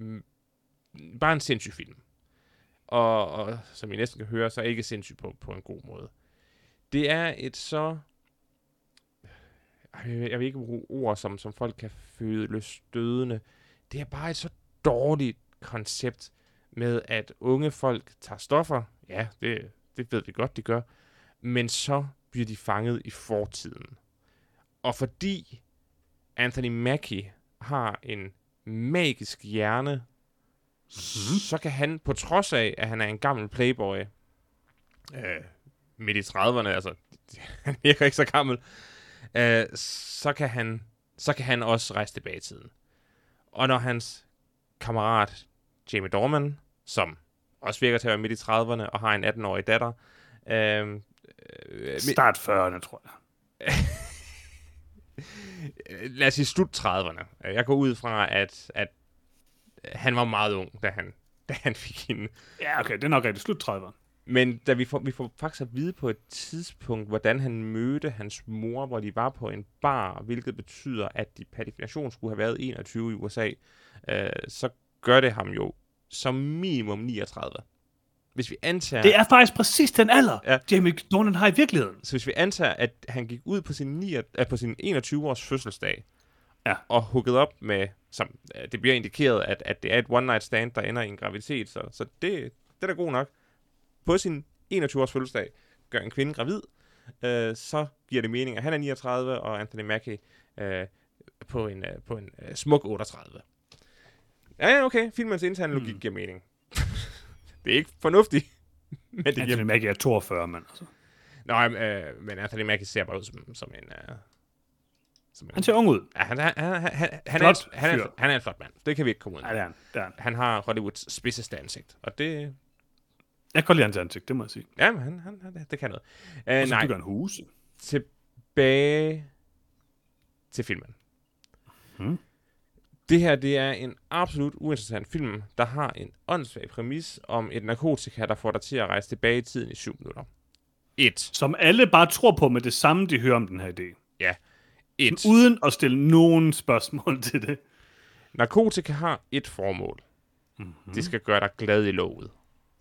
film. Og som I næsten kan høre, så er ikke sindssyg på en god måde. Det er et så... Jeg vil ikke bruge ord, som folk kan føle stødende. Det er bare et så dårligt koncept med, at unge folk tager stoffer. Ja, det ved vi godt, de gør. Men så bliver de fanget i fortiden. Og fordi Anthony Mackie har en magisk hjerne, så kan han, på trods af, at han er en gammel playboy, midt i 30'erne, altså, han virker ikke så gammel, så kan han også rejse tilbage i tiden. Og når hans kammerat Jamie Dornan, som også virker til at være midt i 30'erne og har en 18-årig datter, start 40'erne, tror jeg. Lad os sige slut 30'erne. Jeg går ud fra, at han var meget ung, da han fik hende. Ja, okay, det er nok rigtig slut 30'erne. Men da vi får faktisk at vide på et tidspunkt, hvordan han mødte hans mor, hvor de var på en bar, hvilket betyder, at de per definition skulle have været 21 i USA, så gør det ham jo som minimum 39. Hvis vi antager... Det er faktisk præcis den alder, Jamie Dornan har i virkeligheden. Så hvis vi antager, at han gik ud på sin 21-års fødselsdag, og hooket op med, som det bliver indikeret, at det er et one-night stand, der ender i en graviditet, så det er da god nok. På sin 21-års fødselsdag gør en kvinde gravid, så giver det mening, at han er 39, og Anthony Mackie på en smuk 38. Ja, okay. Filmens interne logik giver mening. Det er ikke fornuftigt. Men det Anthony Mackie er 42, mand. Altså. Nå, men Anthony Mackie ser bare ud som en... Han ser ung ud. Ja, han er en flot mand. Det kan vi ikke komme ud af. Ja, det er han. Han har Hollywoods spidseste ansigt, og det... Jeg kan godt lide hans ansigt, det må jeg sige. Ja, men det kan noget. Og så bygger han huse. Tilbage til filmen. Det her, det er en absolut uinteressant film, der har en åndssvag præmis om et narkotika, der får dig til at rejse tilbage i tiden i 7 minutter. Som alle bare tror på med det samme, de hører om den her idé. Ja. Uden at stille nogen spørgsmål til det. Narkotika har et formål. Det skal gøre dig glad i låget.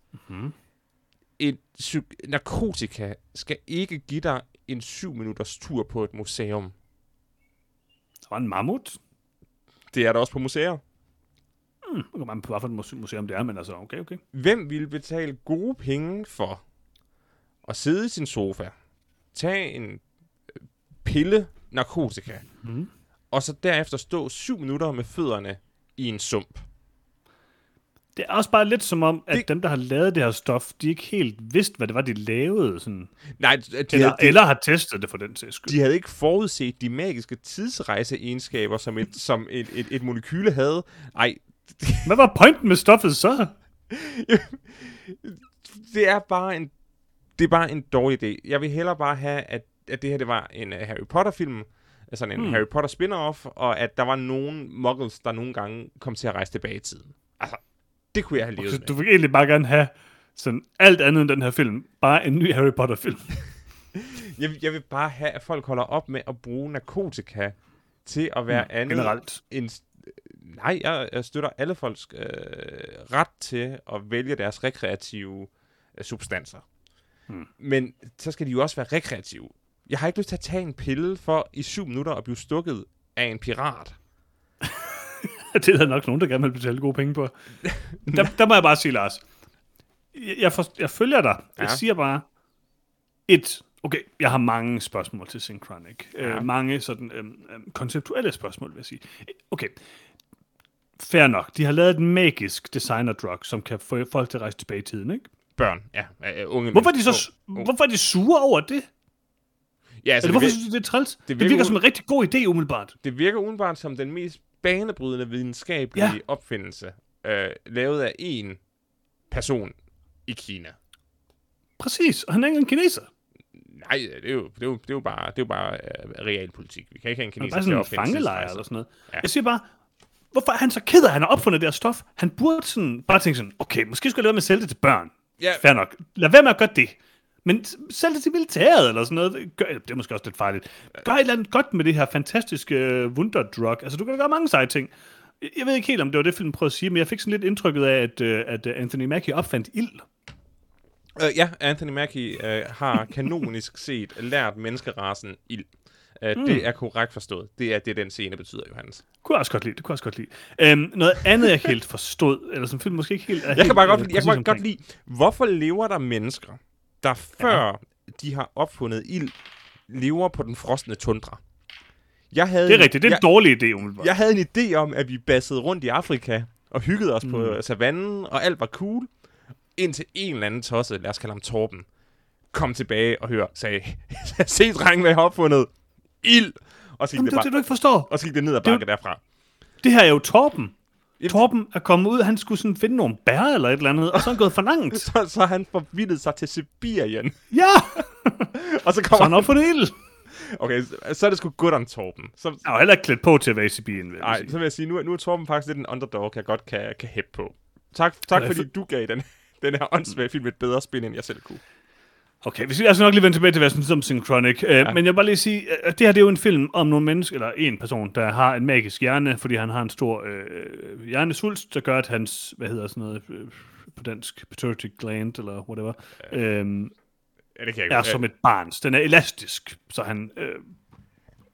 Narkotika skal ikke give dig en 7 minutters tur på et museum. Der var en mammut. Det er der også på museer. Man kan man på hvad for et museum det er, men altså, okay. Hvem vil betale gode penge for at sidde i sin sofa, tage en pille narkotika, og så derefter stå 7 minutter med fødderne i en sump? Det er også bare lidt som om, at dem, der har lavet det her stof, de ikke helt vidste, hvad det var, de lavede. Sådan. Nej, eller har testet det for den sags skyld. De havde ikke forudset de magiske tidsrejseegenskaber, som et molekyle havde. Ej. Hvad var pointen med stoffet så? Det er bare en dårlig idé. Jeg vil hellere bare have, at det her det var en Harry Potter-film, altså en Harry Potter spin-off, og at der var nogle muggles, der nogle gange kom til at rejse tilbage i tiden. Altså, det kunne jeg have levet med. Du vil egentlig bare gerne have sådan alt andet end den her film. Bare en ny Harry Potter-film. jeg vil bare have, at folk holder op med at bruge narkotika til at være andet generelt. Nej, jeg støtter alle folks ret til at vælge deres rekreative substanser. Men så skal de jo også være rekreative. Jeg har ikke lyst til at tage en pille for i 7 minutter at blive stukket af en pirat. Det er der nok nogen, der gerne vil betale gode penge på. Der må jeg bare sige, Lars. Jeg følger dig. Ja. Jeg siger bare, okay, jeg har mange spørgsmål til Synchronic. Mange sådan konceptuelle spørgsmål, vil jeg sige. Okay, fair nok. De har lavet en magisk designer-drug, som kan få folk til at rejse tilbage i tiden, ikke? Børn, ja. Unge Hvorfor er de sure over det? Ja, altså, hvorfor synes du, det er træls? Det virker som en rigtig god idé, umiddelbart. Det virker umiddelbart som den mest banebrydende videnskabelige opfindelse, lavet af en person i Kina. Præcis, og han er ikke en kineser. Nej, det er jo bare realpolitik. Vi kan ikke have en kineser til at opfinde fangelejr eller sådan noget. Ja. Jeg siger bare, hvorfor er han så ked af, at han har opfundet det her stof? Han burde sådan, bare tænke sådan, okay, måske skulle jeg lade være med at sælge det til børn. Ja. Fair nok. Lad være med at gøre det. Men sælg det til militæret eller sådan noget. Det er måske også lidt farligt. Gør et eller andet godt med det her fantastiske wunderdrug. Altså, du kan gøre mange seje ting. Jeg ved ikke helt, om det var det, filmen prøvede at sige, men jeg fik sådan lidt indtrykket af, at Anthony Mackie opfandt ild. Ja, Anthony Mackie har kanonisk set lært menneskerasen ild. Det er korrekt forstået. Det er det, den scene betyder, Johannes. Det kunne jeg også godt lide. Noget andet, jeg ikke helt forstod, eller som film måske ikke helt er jeg kan bare godt lide, hvorfor lever der mennesker, der før de har opfundet ild, lever på den frosne tundra? Det er rigtigt, det er en dårlig idé, umiddelbart. Jeg havde en idé om, at vi bassede rundt i Afrika, og hyggede os på savannen, og alt var cool, indtil en eller anden tosse, lad os kalde ham Torben, kom tilbage og sagde, se drengen, hvad jeg har opfundet. Ild! Og så gik det du ikke forstår. Og så gik det ned ad bakke derfra. Det her er jo Torben. Torben er kommet ud, han skulle sådan finde nogle bær eller et eller andet, og så er han gået for langt. så han forvildet sig til Sibirien. Ja! Og så han op på det ild. Okay, så er det sgu godt om Torben. Jeg har heller ikke klædt på til at være i Sibirien. Nej, så vil jeg sige, nu er Torben faktisk lidt en underdog, jeg godt kan hæppe på. Tak fordi du gav den her åndssvage film et bedre spin, end jeg selv kunne. Okay, vi skal altså nok lige vende tilbage til, hvad jeg synes om Synchronic. Men jeg vil bare lige sige, at det her det er jo en film om nogle mennesker, eller en person, der har en magisk hjerne, fordi han har en stor hjernesvulst, der gør, at hans, hvad hedder sådan noget på dansk, pituitary gland, eller whatever, det kan jeg er som et barns. Den er elastisk, så han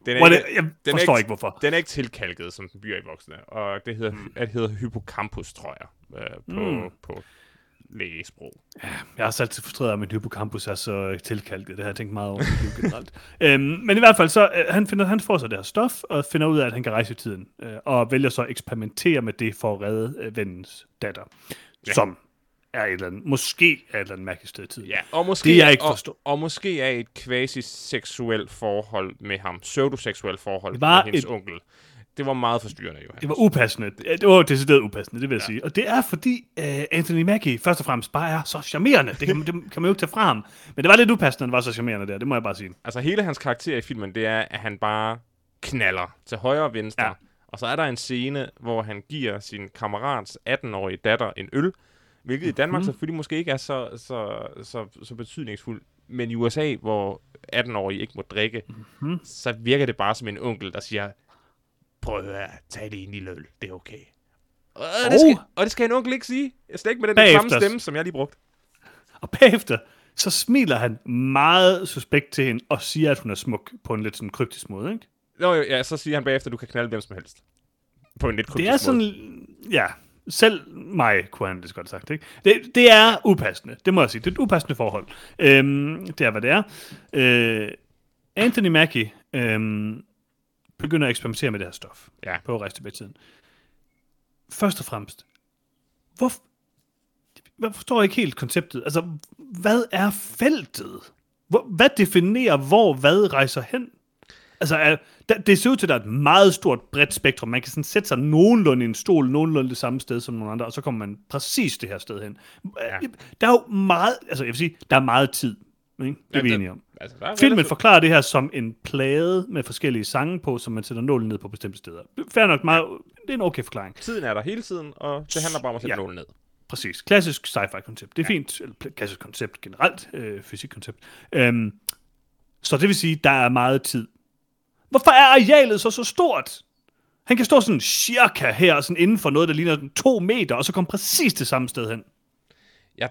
Jeg forstår ikke, hvorfor. Den er ikke tilkalket, som den bliver i voksne, og det hedder hippocampus, tror jeg, på lægesprog. Ja, jeg har også altid frustreret, at min hippocampus er så tilkalket. Det har jeg tænkt meget over generelt. Men i hvert fald, så han får så det her stof, og finder ud af, at han kan rejse i tiden, og vælger så at eksperimentere med det for at redde vennens datter, som er et eller andet, måske er et eller andet mærkeligt sted i tiden. Ja, og måske, det jeg ikke forstår. Og måske er et quasi-seksuelt forhold med ham, pseudoseksuelt forhold med hendes onkel. Det var meget forstyrrende, Johannes. Det var upassende. Det var decideret upassende, det vil jeg sige. Og det er fordi Anthony Mackie først og fremmest bare er så charmerende. Det kan man jo ikke tage fra ham. Men det var lidt upassende, at han var så charmerende der. Det må jeg bare sige. Altså hele hans karakter i filmen, det er, at han bare knaller til højre og venstre. Ja. Og så er der en scene, hvor han giver sin kammerats 18-årige datter en øl, hvilket i Danmark selvfølgelig måske ikke er så betydningsfuldt. Men i USA, hvor 18-årige ikke må drikke, så virker det bare som en onkel, der siger, prøv at tage det ind i øl, det er okay. Og det skal en onkel ikke sige. Jeg slet ikke med den samme stemme, som jeg lige brugte. Og bagefter, så smiler han meget suspekt til hende, og siger, at hun er smuk på en lidt sådan kryptisk måde, ikke? Nå ja, så siger han bagefter, at du kan knalde hvem som helst. På en lidt kryptisk måde. Det er sådan, ja, selv mig, kunne han det godt sagt, ikke? Det er upassende, det må jeg sige. Det er et upassende forhold. Det er, hvad det er. Anthony Mackie begynder at eksperimentere med det her stof på rejse tilbage i tiden. Først og fremmest, jeg forstår ikke helt konceptet. Altså, hvad er feltet? Hvad definerer, hvor hvad rejser hen? Altså, det ser ud til, at der er et meget stort, bredt spektrum. Man kan sådan sætte sig nogenlunde i en stol, nogenlunde det samme sted som nogle andre, og så kommer man præcis det her sted hen. Ja. Der er jo meget, altså jeg vil sige, der er meget tid. Ikke? Det er vi enige om. Altså, filmen forklarer det her som en plade med forskellige sange på, som man sætter nålen ned på bestemte steder. Fair nok, meget, det er en okay forklaring. Tiden er der hele tiden, og det handler bare om at sætte nålen ned. Præcis. Klassisk sci-fi koncept. Det er fint. Eller klassisk koncept generelt. Fysikkoncept. Så det vil sige, der er meget tid. Hvorfor er arealet så stort? Han kan stå sådan cirka her, sådan inden for noget, der ligner 2 meter, og så komme præcis det samme sted hen. Ja.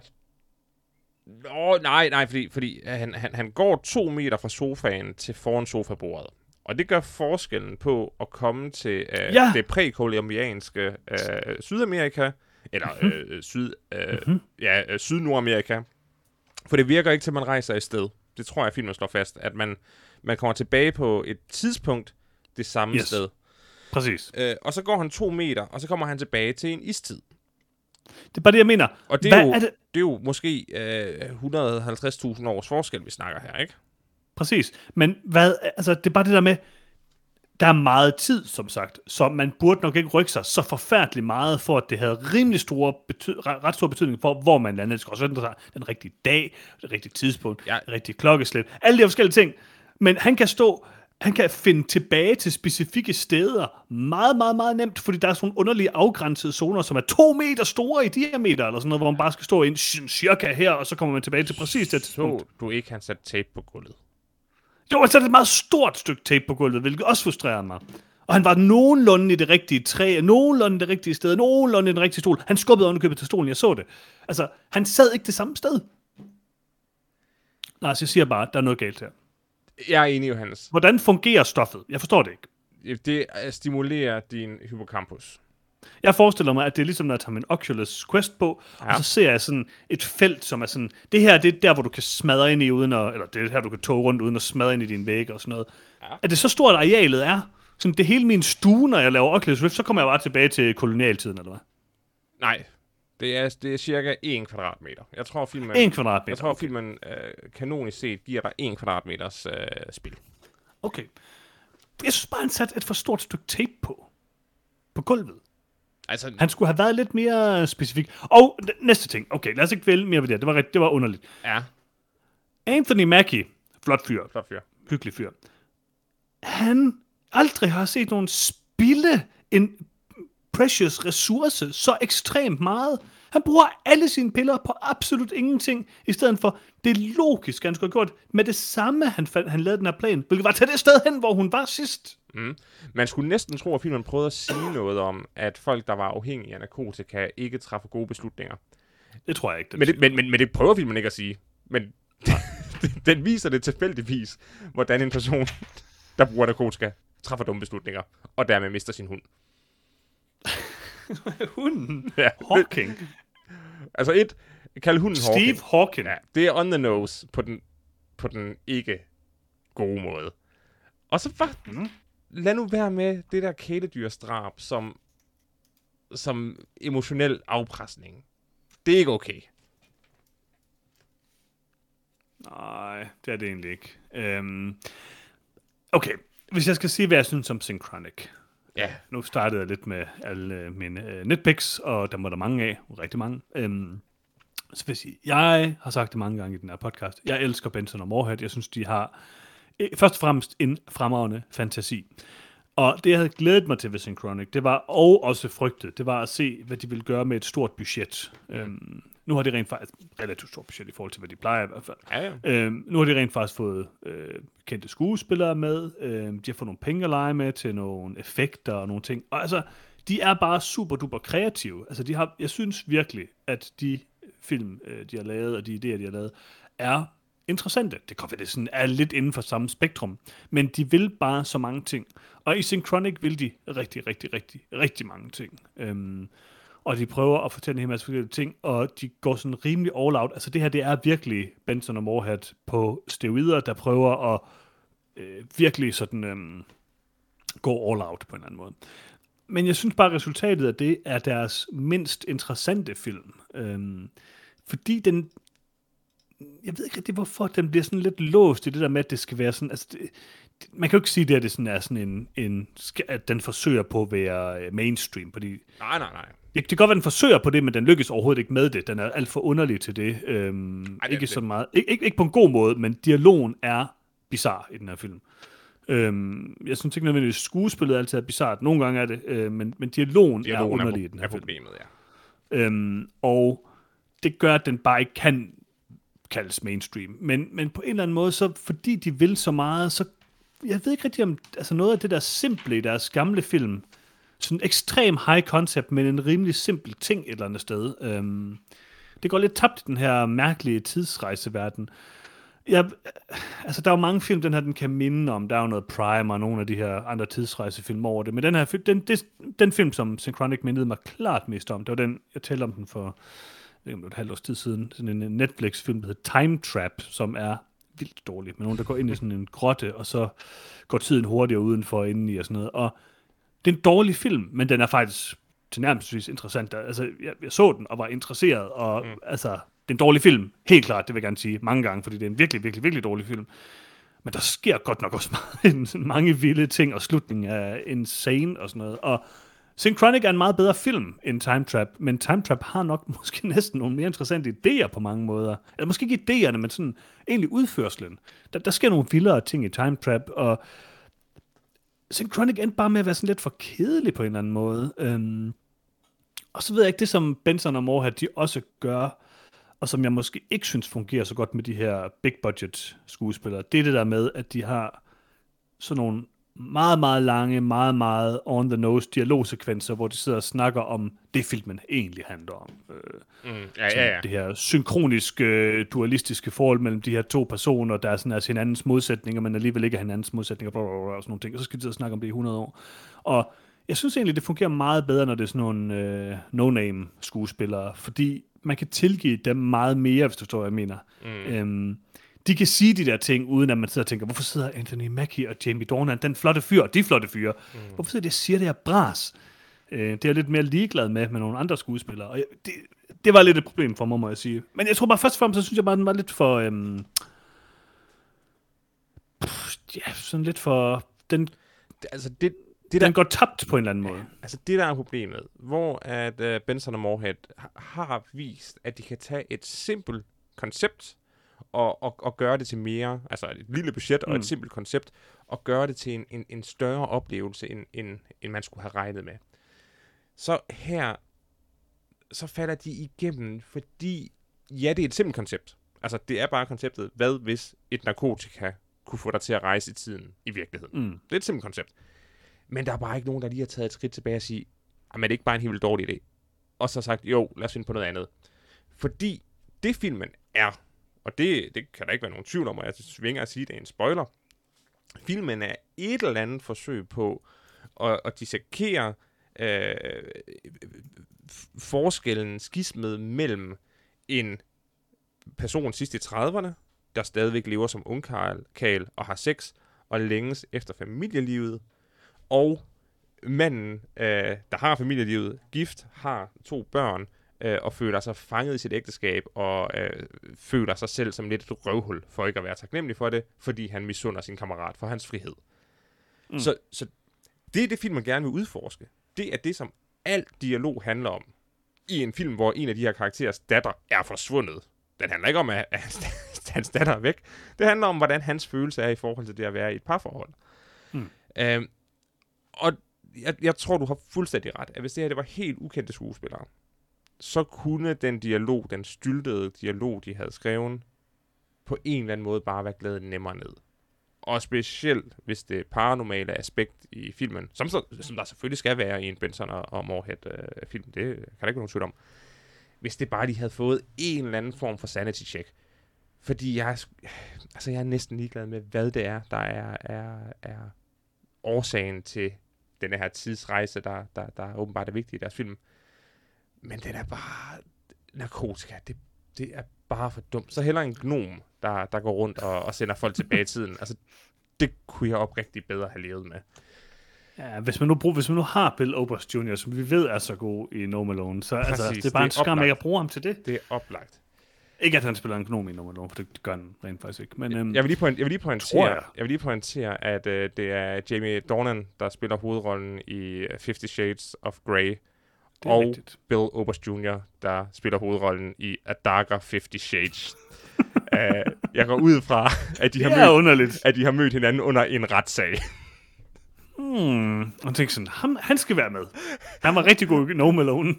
Nej, fordi han går 2 meter fra sofaen til foran sofabordet. Og det gør forskellen på at komme til det prækolumbianske Sydamerika, eller Syd-Nordamerika. For det virker ikke til, at man rejser et sted. Det tror jeg, filmen slår fast, at man kommer tilbage på et tidspunkt det samme sted. Præcis. Og så går han 2 meter, og så kommer han tilbage til en istid. Det er bare det, jeg mener. Og det er jo måske 150.000 års forskel, vi snakker her, ikke? Præcis. Men det er bare det der med, der er meget tid, som sagt, så man burde nok ikke rykke sig så forfærdeligt meget, for at det havde rimelig ret stor betydning for, hvor man landede. Det skal også ændre sig den rigtige dag, det rigtige tidspunkt, det rigtige klokkeslæt, alle de forskellige ting. Men han kan finde tilbage til specifikke steder meget, meget, meget nemt, fordi der er sådan nogle underlige afgrænsede zoner, som er 2 meter store i diameter, eller sådan noget, hvor man bare skal stå ind cirka her, og så kommer man tilbage til præcis det tidspunkt. Så du ikke har sat tape på gulvet? Jo, han satte et meget stort stykke tape på gulvet, hvilket også frustrerer mig. Og han var nogenlunde i det rigtige træ, nogenlunde i det rigtige sted, nogenlunde i den rigtige stol. Han skubbede underkøbet til stolen, jeg så det. Altså, han sad ikke det samme sted. Nej, så jeg siger bare, der er noget galt her. Jeg er enig, Johannes. Hvordan fungerer stoffet? Jeg forstår det ikke. Det stimulerer din hippocampus. Jeg forestiller mig, at det er ligesom, når jeg tager min Oculus Quest på, og så ser jeg sådan et felt, som er sådan, det her, det er der, hvor du kan smadre ind i uden at, eller det er her, du kan toge rundt uden at smadre ind i dine vægge og sådan noget. Ja. Er det så stort, arealet er? Som det hele min stue, når jeg laver Oculus Rift, så kommer jeg bare tilbage til kolonialtiden, eller hvad? Nej, det er cirka 1 kvadratmeter. Jeg tror, filmen, 1 kvadratmeter. Jeg tror, filmen kanonisk set giver dig 1 kvadratmeters spil. Okay. Jeg synes bare, han satte et for stort stykke tape på gulvet. Altså, han skulle have været lidt mere specifik. Og næste ting. Okay, lad os ikke vælge mere på det. Det var underligt. Ja. Anthony Mackie, flot fyr. Hyggelig fyr. Han aldrig har set nogen spilde en precious ressource så ekstremt meget. Han bruger alle sine piller på absolut ingenting, i stedet for det logiske, han skulle have gjort med det samme, han lavede den her plan, hvilket var til det sted hen, hvor hun var sidst. Mm. Man skulle næsten tro, at filmen prøvede at sige noget om, at folk, der var afhængige af narkotika, ikke træffer gode beslutninger. Det tror jeg ikke. Men det prøver filmen ikke at sige. Men den viser det tilfældigvis, hvordan en person, der bruger narkotika, træffer dumme beslutninger, og dermed mister sin hund. Hunden? Ja. Hawking? Altså kald hunden Steve Hawking. Ja, det er on the nose på den ikke gode måde. Og så bare, lad nu være med det der kæledyrsdrab som emotionel afpresning. Det er ikke okay. Nej, det er det egentlig ikke. Okay, hvis jeg skal sige, hvad jeg synes om Synchronic. Ja. Nu startede jeg lidt med alle mine netpicks, og der må der mange af, rigtig mange. Så vil jeg sige, jeg har sagt det mange gange i den her podcast. Jeg elsker Benson og Moorhead. Jeg synes, de har først og fremmest en fremragende fantasi. Og det, jeg havde glædet mig til ved Synchronic, det var, og også frygtet, det var at se, hvad de ville gøre med et stort budget. Nu har de rent faktisk relativt stort budget i forhold til, hvad de plejer i hvert fald. Ja. Nu har de rent faktisk fået kendte skuespillere med. De har fået nogle penge at lege med til nogle effekter og nogle ting. Og altså, de er bare super duper kreative. Altså, jeg synes virkelig, at de film, de har lavet, og de idéer, de har lavet, er interessante. Det kan være, det sådan er lidt inden for samme spektrum, men de vil bare så mange ting. Og i Synchronic vil de rigtig, rigtig, rigtig, rigtig mange ting. Og de prøver at fortælle en hel masse forskellige ting, og de går sådan rimelig all out. Altså det her, det er virkelig Benson og Moorhead på steroider, der prøver at virkelig sådan gå all out på en eller anden måde. Men jeg synes bare, at resultatet af det er deres mindst interessante film. Fordi den, jeg ved ikke rigtig, hvorfor den bliver sådan lidt låst i det der med, at det skal være sådan, altså man kan jo ikke sige, at det sådan er sådan at den forsøger på at være mainstream, fordi Nej. det kan godt være, den forsøger på det, men den lykkes overhovedet ikke med det. Den er alt for underlig til det. Ikke så meget, ikke på en god måde, men dialogen er bizarre i den her film. Jeg synes ikke nødvendigvis, skuespillet altid er bizarrt. Nogle gange er det, men dialogen er underlig i den her film. Problemet, ja. Og det gør, at den bare ikke kan kaldes mainstream. Men på en eller anden måde, så fordi de vil så meget, så jeg ved ikke rigtig om altså noget af det der simple i deres gamle film, sådan en ekstrem high concept, men en rimelig simpel ting et eller andet sted. Det går lidt tabt i den her mærkelige tidsrejseverden. Altså, der er jo mange film, den kan minde om. Der er jo noget Prime og nogle af de her andre tidsrejsefilm over det. Men den her den film, som Synchronic mindede mig klart mest om, det var den, jeg talte om den for et halvt års tid siden, sådan en Netflix-film, der hedder Time Trap, som er vildt dårlig, med nogen, der går ind i sådan en grotte, og så går tiden hurtigere udenfor indeni og sådan noget. Og det er en dårlig film, men den er faktisk tilnærmelsesvis interessant. Altså, jeg så den og var interesseret, og altså, det er en dårlig film. Helt klart, det vil jeg gerne sige mange gange, fordi det er en virkelig, virkelig, virkelig dårlig film. Men der sker godt nok også mange vilde ting, og slutningen er insane og sådan noget. Og Synchronic er en meget bedre film end Time Trap, men Time Trap har nok måske næsten nogle mere interessante idéer på mange måder. Eller måske ikke idéerne, men sådan egentlig udførslen. Der sker nogle vildere ting i Time Trap, og Synchronic endte bare med at være sådan lidt for kedelig på en eller anden måde. Og så ved jeg ikke, det som Benson og Moorhead, de også gør, og som jeg måske ikke synes fungerer så godt med de her big budget skuespillere, det er det der med, at de har sådan nogle meget, meget lange, meget, meget on the nose dialogsekvenser, hvor de sidder og snakker om det, filmen egentlig handler om. Ja. Det her synkroniske, dualistiske forhold mellem de her to personer, der er sådan altså hinandens modsætninger, men alligevel ikke er hinandens modsætninger, og sådan nogle ting. Og så skal de sidde og snakke om det i 100 år. Og jeg synes egentlig, det fungerer meget bedre, når det er sådan nogle no-name skuespillere, fordi man kan tilgive dem meget mere, hvis du forstår, hvad jeg mener. De kan sige de der ting, uden at man sidder og tænker, hvorfor sidder Anthony Mackie og Jamie Dornan, den flotte fyr, de flotte fyre, hvorfor sidder de og siger det her bras? Det er jeg lidt mere ligeglad med nogle andre skuespillere, og det var lidt et problem for mig, må jeg sige. Men jeg tror bare først og fremmest, så synes jeg bare, den var lidt for, sådan lidt for, den går tabt på en eller anden måde. Altså det der er problemet, hvor at Benson og Moorhead har vist, at de kan tage et simpelt koncept, og gøre det til mere, altså et lille budget og et simpelt koncept, og gøre det til en større oplevelse, end man skulle have regnet med. Så her, så falder de igennem, fordi, ja, det er et simpelt koncept. Altså, det er bare konceptet, hvad hvis et narkotika kunne få dig til at rejse i tiden i virkeligheden. Det er et simpelt koncept. Men der er bare ikke nogen, der lige har taget et skridt tilbage og sige, jamen, er det ikke bare en helt vildt dårlig idé? Og så sagt, jo, lad os finde på noget andet. Fordi det filmen er, og det kan der ikke være nogen tvivl om, og jeg svinger at sige, det er en spoiler, filmen er et eller andet forsøg på at dissekere forskellen, skismet mellem en person sidst i 30'erne, der stadigvæk lever som ungkarl og har sex, og længes efter familielivet, og manden, der har familielivet, gift, har 2 børn, og føler sig fanget i sit ægteskab, og føler sig selv som lidt et røvhul, for ikke at være taknemmelig for det, fordi han misunder sin kammerat for hans frihed. Så det er det film, man gerne vil udforske. Det er det, som al dialog handler om. I en film, hvor en af de her karakterers datter er forsvundet. Den handler ikke om, at hans datter er væk. Det handler om, hvordan hans følelse er i forhold til det at være i et parforhold. Og jeg tror, du har fuldstændig ret, at hvis det her det var helt ukendte skuespillere, så kunne den dialog, den styltede dialog, de havde skrevet, på en eller anden måde bare være glædet nemmere ned. Og specielt, hvis det paranormale aspekt i filmen, som der selvfølgelig skal være i en Benson og Moorhead-film, det kan der ikke være nogen tvivl om, hvis det bare de havde fået en eller anden form for sanity check. Fordi jeg er næsten ligeglad med, hvad det er, der er årsagen til den her tidsrejse, der åbenbart er vigtig i deres film. Men den er bare narkotika. Det er bare for dumt. Så heller en gnom, der går rundt og sender folk tilbage i tiden. Altså, det kunne jeg oprigtigt bedre have levet med. Ja, hvis man nu har Bill Oberst Jr., som vi ved er så god i No Malone, så præcis, altså, det er bare en skam ikke at bruge ham til det. Det er oplagt. Ikke at han spiller en gnom i No Malone, for det gør han rent faktisk ikke. Men, jeg vil lige pointere, at det er Jamie Dornan, der spiller hovedrollen i 50 Shades of Grey, og rigtigt. Bill Oberst Jr., der spiller hovedrollen i A Darker 50 Shades. Jeg går ud fra, at de har mødt hinanden under en retssag. Og tænkte sådan, han skal være med. Han var rigtig god i No Malone.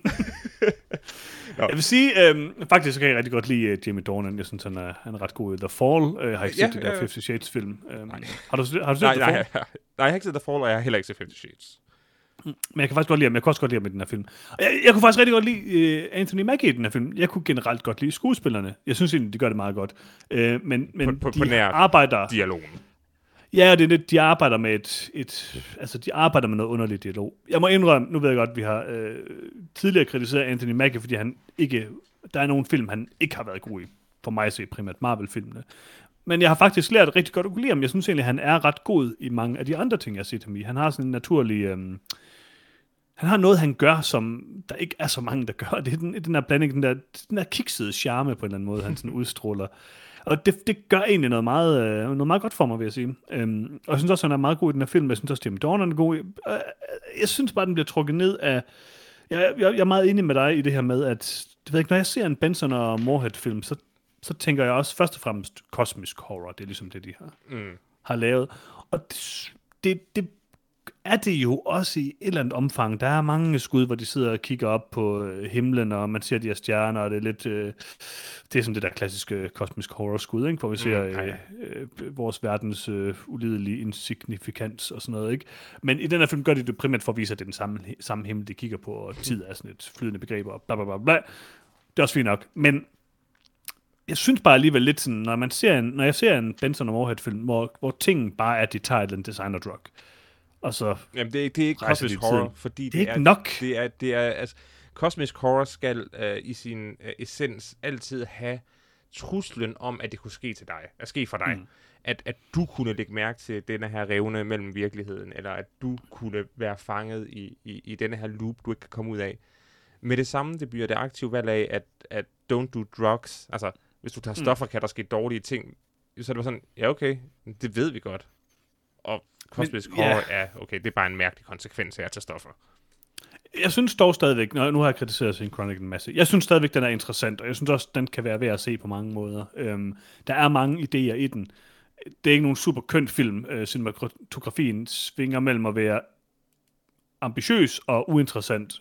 Jeg vil sige, faktisk kan jeg rigtig godt lide Jamie Dornan. Jeg synes, han er ret god i The Fall. Jeg har ikke set det der 50 Shades film. Har du set The Fall? Nej, jeg har ikke set The Fall, og jeg har heller ikke set 50 Shades. Men jeg kan faktisk godt lide ham. Jeg kunne også godt lide ham i den her film. Jeg kunne faktisk rigtig godt lide Anthony Mackie i den her film. Jeg kunne generelt godt lide skuespillerne. Jeg synes egentlig, de gør det meget godt. Men på de arbejder... dialogen. Ja, det er det, de arbejder med de arbejder med noget underligt dialog. Jeg må indrømme, nu ved jeg godt, at vi har tidligere kritiseret Anthony Mackie, fordi der er nogle film, han ikke har været god i. For mig at se primært Marvel-filmene. Men jeg har faktisk lært rigtig godt at kunne lide ham. Jeg synes egentlig, han er ret god i mange af de andre ting, jeg har set ham i. Han har sådan en naturlig... han har noget, han gør, som der ikke er så mange, der gør. Det er den der blanding, den der kiksede charme på en eller anden måde, han sådan udstråler. Og det gør egentlig noget meget godt for mig, vil jeg sige. Og jeg synes også, han er meget god i den her film. Jeg synes også, Tim Dornan er god. Jeg synes bare, den bliver trukket ned af... Jeg er meget enig med dig i det her med, at når jeg ser en Benson og Moorhead-film, så tænker jeg også først og fremmest kosmisk horror. Det er ligesom det, de har lavet. Og det er det jo også i et eller andet omfang. Der er mange skud, hvor de sidder og kigger op på himlen, og man ser de her stjerner, og det er lidt... det er sådan det der klassiske kosmisk horror-skud, ikke? Hvor vi ser vores verdens ulidelige insignifikans og sådan noget, ikke? Men i den her film gør de det primært for at vise, at det er den samme himmel, de kigger på, og tid er sådan et flydende begreb, og bla bla bla bla. Det er også fint nok. Men jeg synes bare alligevel lidt sådan, når jeg ser en Benson og Moorhead-film, hvor ting bare er, at de tager et eller andet designer drug. Og så jamen, det er ikke kosmisk horror, fordi det er ikke nok. Det er altså, kosmisk horror skal i sin essens altid have truslen om, at det kunne ske til dig, at ske for dig. At du kunne lægge mærke til denne her revne mellem virkeligheden, eller at du kunne være fanget i denne her loop, du ikke kan komme ud af. Med det samme, det bliver det aktive valg af, at don't do drugs. Altså, hvis du tager stoffer, kan der ske dårlige ting. Så er det sådan, ja okay, det ved vi godt. Og kosmisk horror okay, det er bare en mærkelig konsekvens af at tage stoffer. Jeg synes dog stadigvæk, nu har jeg kritiseret Synchronic en masse, jeg synes stadigvæk, den er interessant, og jeg synes også, den kan være værd at se på mange måder. Der er mange idéer i den. Det er ikke nogen super kønt film. Cinematografien svinger mellem at være ambitiøs og uinteressant.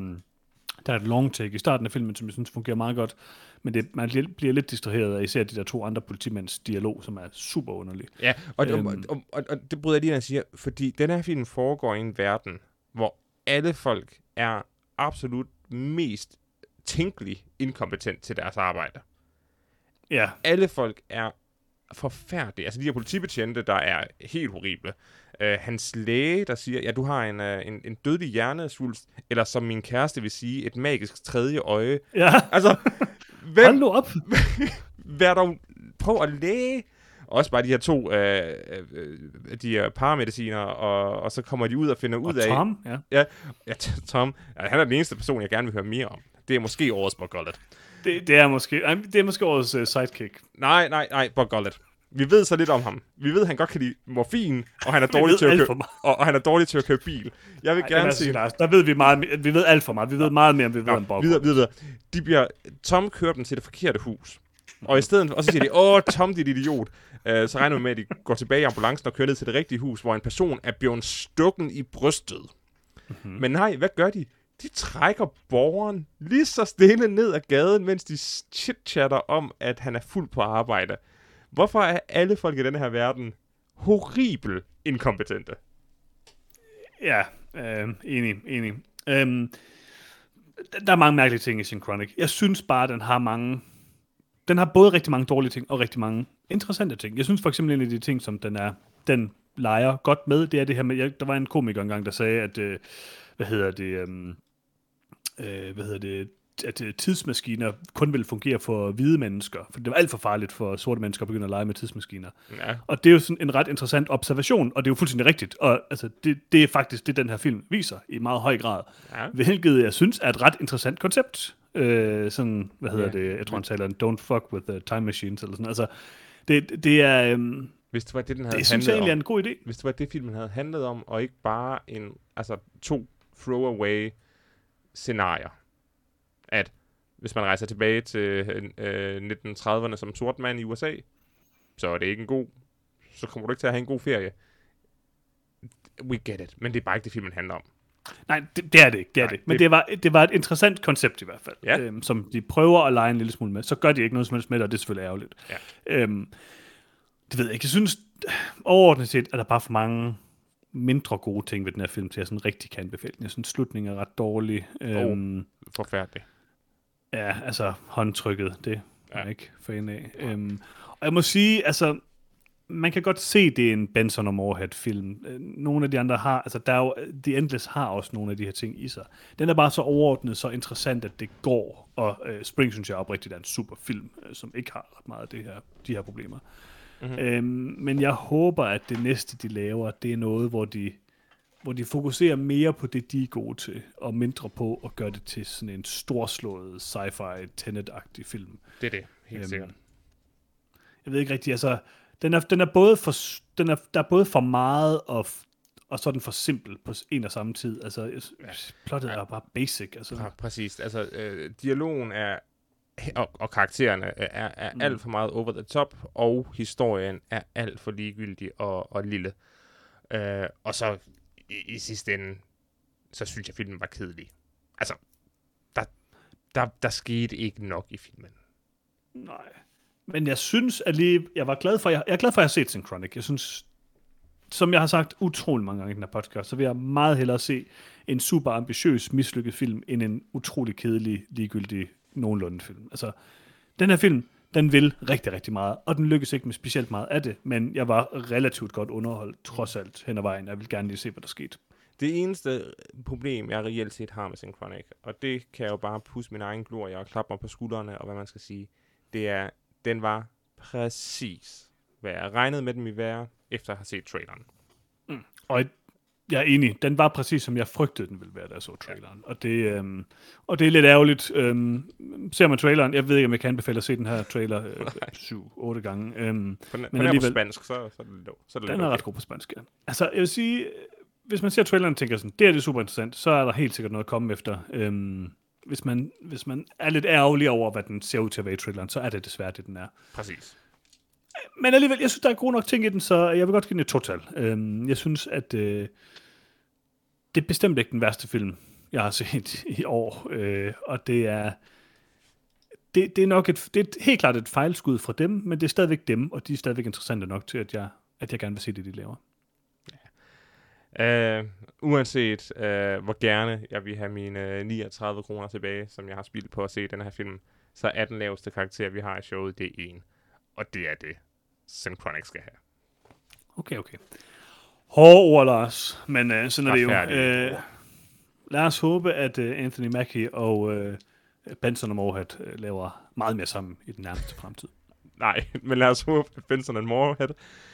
Der er et long take i starten af filmen, som jeg synes fungerer meget godt, men man bliver lidt distraheret af især de der 2 andre politimænds dialog, som er super underlig. Ja, og det bryder jeg lige, når jeg siger, fordi den her film foregår i en verden, hvor alle folk er absolut mest tænkelig inkompetent til deres arbejde. Ja. Alle folk forfærdelige. Altså de her politibetjente, der er helt horrible. Hans læge, der siger, ja, du har en dødelig hjernesvulst, eller som min kæreste vil sige, et magisk tredje øje. Ja. Altså, hold nu op. Vær dog, prøv at læge. Også bare de her to de her paramediciner, og så kommer de ud og finder ud af... Og Tom, ja. Tom. Ja, han er den eneste person, jeg gerne vil høre mere om. Det er måske årets Buck Gullet. Det er måske årets sidekick. Nej, Buck Gullet. Vi ved så lidt om ham. Vi ved, at han godt kan lide morfin, og han er dårlig til at køre, og han er dårlig til at køre bil. Jeg vil gerne sige... Der ved vi meget. Vi ved alt for meget. Vi ved meget mere, end vi ved om Buck. Videre. Tom kører dem til det forkerte hus. Og i stedet og så siger de, Tom, dit idiot. Så regner vi med, at de går tilbage i ambulancen og kører ned til det rigtige hus, hvor en person er blevet stukken i brystet. Mm-hmm. Men nej, hvad gør de? De trækker borgeren lige så stille ned ad gaden, mens de chit-chatter om, at han er fuld på arbejde. Hvorfor er alle folk i denne her verden horribelt inkompetente? Ja, enig. Der er mange mærkelige ting i Synchronic. Jeg synes bare, den har både rigtig mange dårlige ting og rigtig mange interessante ting. Jeg synes for eksempel, en af de ting, som den leger godt med, det er det her med, der var en komiker engang, der sagde, at at tidsmaskiner kun vil fungere for hvide mennesker, for det var alt for farligt for sorte mennesker at begynde at lege med tidsmaskiner. Ja. Og det er jo sådan en ret interessant observation, og det er jo fuldstændig rigtigt. Og altså, det er faktisk det, den her film viser i meget høj grad. Ja. Hvilket jeg synes er et ret interessant koncept. Sådan, jeg tror han taler en don't fuck with the time machines, eller sådan. Altså, det er... Hvis det var det, den havde det synes jeg egentlig er en god idé. Hvis det var det, filmen havde handlet om, og ikke bare to throwaway scenarier. At hvis man rejser tilbage til 1930'erne som sort mand i USA, så er det ikke så kommer du ikke til at have en god ferie. We get it. Men det er bare ikke det, filmen handler om. Nej, det er det ikke. Men det var et interessant koncept i hvert fald, som de prøver at lege en lille smule med. Så gør de ikke noget som helst med det, og det er selvfølgelig ærgerligt. Ja. Det ved jeg ikke. Jeg synes, overordnet set er der bare for mange mindre gode ting ved den her film, til jeg sådan rigtig kan anbefale den. Jeg synes, slutningen er ret dårlig. Forfærdelig. Ja, altså håndtrykket, det er jeg ikke fan af. Og jeg må sige, altså, man kan godt se, det er en Benson og Moorhead-film. Nogle af de andre har, altså der er jo, The Endless har også nogle af de her ting i sig. Den er bare så overordnet, så interessant, at det går. Og Spring, synes jeg oprigtigt, er en super film, som ikke har ret meget af de her problemer. Mm-hmm. Men jeg håber, at det næste, de laver, det er noget, hvor de fokuserer mere på det, de er gode til, og mindre på at gøre det til sådan en storslået sci-fi Tenet-agtig film. Det er det, helt sikkert. Jeg ved ikke rigtigt, altså, den er både for, der er både for meget og sådan for simpel på en og samme tid. Altså, plottet er bare basic. Altså. Ja, præcis. Altså, dialogen er og karaktererne er alt for meget over the top, og historien er alt for ligegyldig og lille. Og så i sidste ende, så synes jeg, filmen var kedelig. Altså, der skete ikke nok i filmen. Nej. Men jeg synes jeg er glad for, at jeg har set Synchronic. Jeg synes, som jeg har sagt utrolig mange gange i den her podcast, så vil jeg meget hellere se en super ambitiøs, mislykket film, end en utrolig kedelig, ligegyldig, nogenlunde film. Altså, den her film, den vil rigtig, rigtig meget, og den lykkes ikke med specielt meget af det, men jeg var relativt godt underholdt, trods alt, hen ad vejen. Jeg vil gerne lige se, hvad der skete. Det eneste problem, jeg reelt set har med Synchronic, og det kan jeg jo bare pusse min egen glorie og klappe mig på skuldrene, og hvad man skal sige, det er, den var præcis, hvad jeg regnede med den i være, efter at have set traileren. Og jeg er enig. Den var præcis, som jeg frygtede, den ville være, da jeg så traileren. Ja. Og det er lidt ærgerligt. Ser man traileren, jeg ved ikke, om jeg kan anbefale at se den her trailer 7-8 gange. Men alligevel, på spansk, så er det den er ret god på spansk, ja. Altså, jeg vil sige, hvis man ser traileren og tænker sådan, det er super interessant, så er der helt sikkert noget at komme efter. Hvis man er lidt ærgerlig over, hvad den ser ud til at være i traileren, så er det desværre det, den er. Præcis. Men alligevel, jeg synes, der er gode nok ting i den, så jeg vil godt give den et total. Jeg synes, at det er bestemt ikke den værste film, jeg har set i år. Og det er nok det er helt klart et fejlskud fra dem, men det er stadigvæk dem, og de er stadigvæk interessante nok til, at jeg gerne vil se det, de laver. Uanset hvor gerne jeg vil have mine 39 kroner tilbage, som jeg har spildt på at se den her film, så er den laveste karakter, vi har i showet, det er 1. Og det er det. Synchronic skal have. Okay. Hårde ord, Lars. Men sådan er det jo. Lad os håbe, at Anthony Mackie og Benson og Moorhead laver meget mere sammen i den nærmeste fremtid. Nej, men lad os håbe, at Benson og Moorhead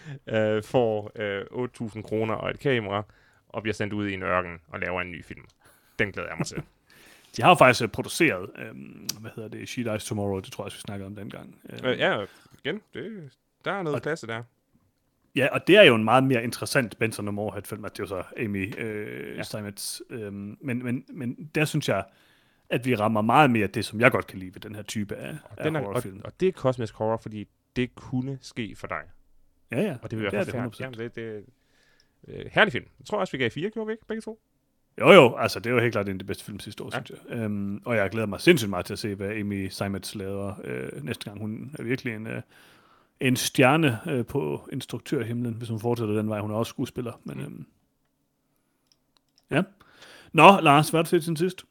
får 8.000 kroner og et kamera, og bliver sendt ud i en ørken og laver en ny film. Den glæder jeg mig til. De har jo faktisk produceret, She Dies Tomorrow, det tror jeg, vi snakkede om dengang. Ja, igen, der er noget klasse der. Ja, og det er jo en meget mere interessant Benson og Moorhead-film, at det er jo så Amy Steinmetz. Men der synes jeg, at vi rammer meget mere det, som jeg godt kan lide ved den her type af horrorfilm. Og det er kosmisk horror, fordi det kunne ske for dig. Ja. Og det vil være forfærdeligt. Jamen, det er herlig film. Jeg tror også, vi gav 4, gjorde vi ikke? Begge to? Jo, altså det er jo helt klart en af de bedste film sidste år, synes jeg. Og jeg glæder mig sindssygt meget til at se, hvad Amy Steinmetz laver næste gang. Hun er virkelig en stjerne på instruktørhimlen, hvis hun fortsætter den vej. Hun er også skuespiller. Men, ja. Nå, Lars, hvad har du set siden sidst?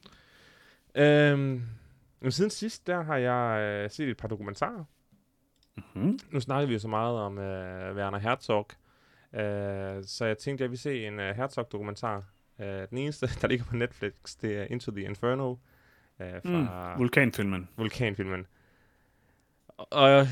Siden sidst, der har jeg set et par dokumentarer. Mm-hmm. Nu snakker vi jo så meget om Werner Herzog. Så jeg tænkte, at jeg vil se en Herzog-dokumentar. Den eneste, der ligger på Netflix, det er Into the Inferno. Fra Vulkanfilmen. Og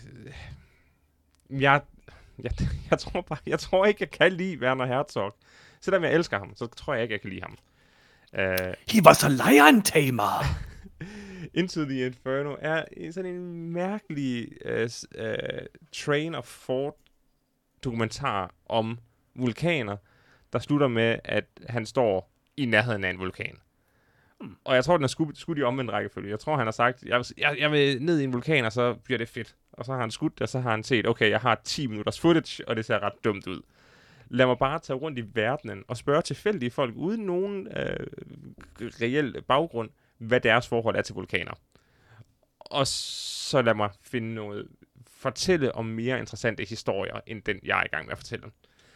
jeg tror ikke, jeg kan lide Werner Herzog. Selvom jeg elsker ham, så tror jeg ikke, jeg kan lide ham. He was a lion tamer! Into the Inferno er sådan en mærkelig train of thought dokumentar om vulkaner, der slutter med, at han står i nærheden af en vulkan. Og jeg tror, den er skudt i omvendt rækkefølge. Jeg tror, han har sagt, jeg vil ned i en vulkan, og så bliver det fedt. Og så har han skudt, og så har han set, okay, jeg har 10 minutters footage, og det ser ret dumt ud. Lad mig bare tage rundt i verdenen og spørge tilfældige folk, uden nogen reel baggrund, hvad deres forhold er til vulkaner. Og så lad mig fortælle om mere interessante historier, end den, jeg er i gang med at fortælle.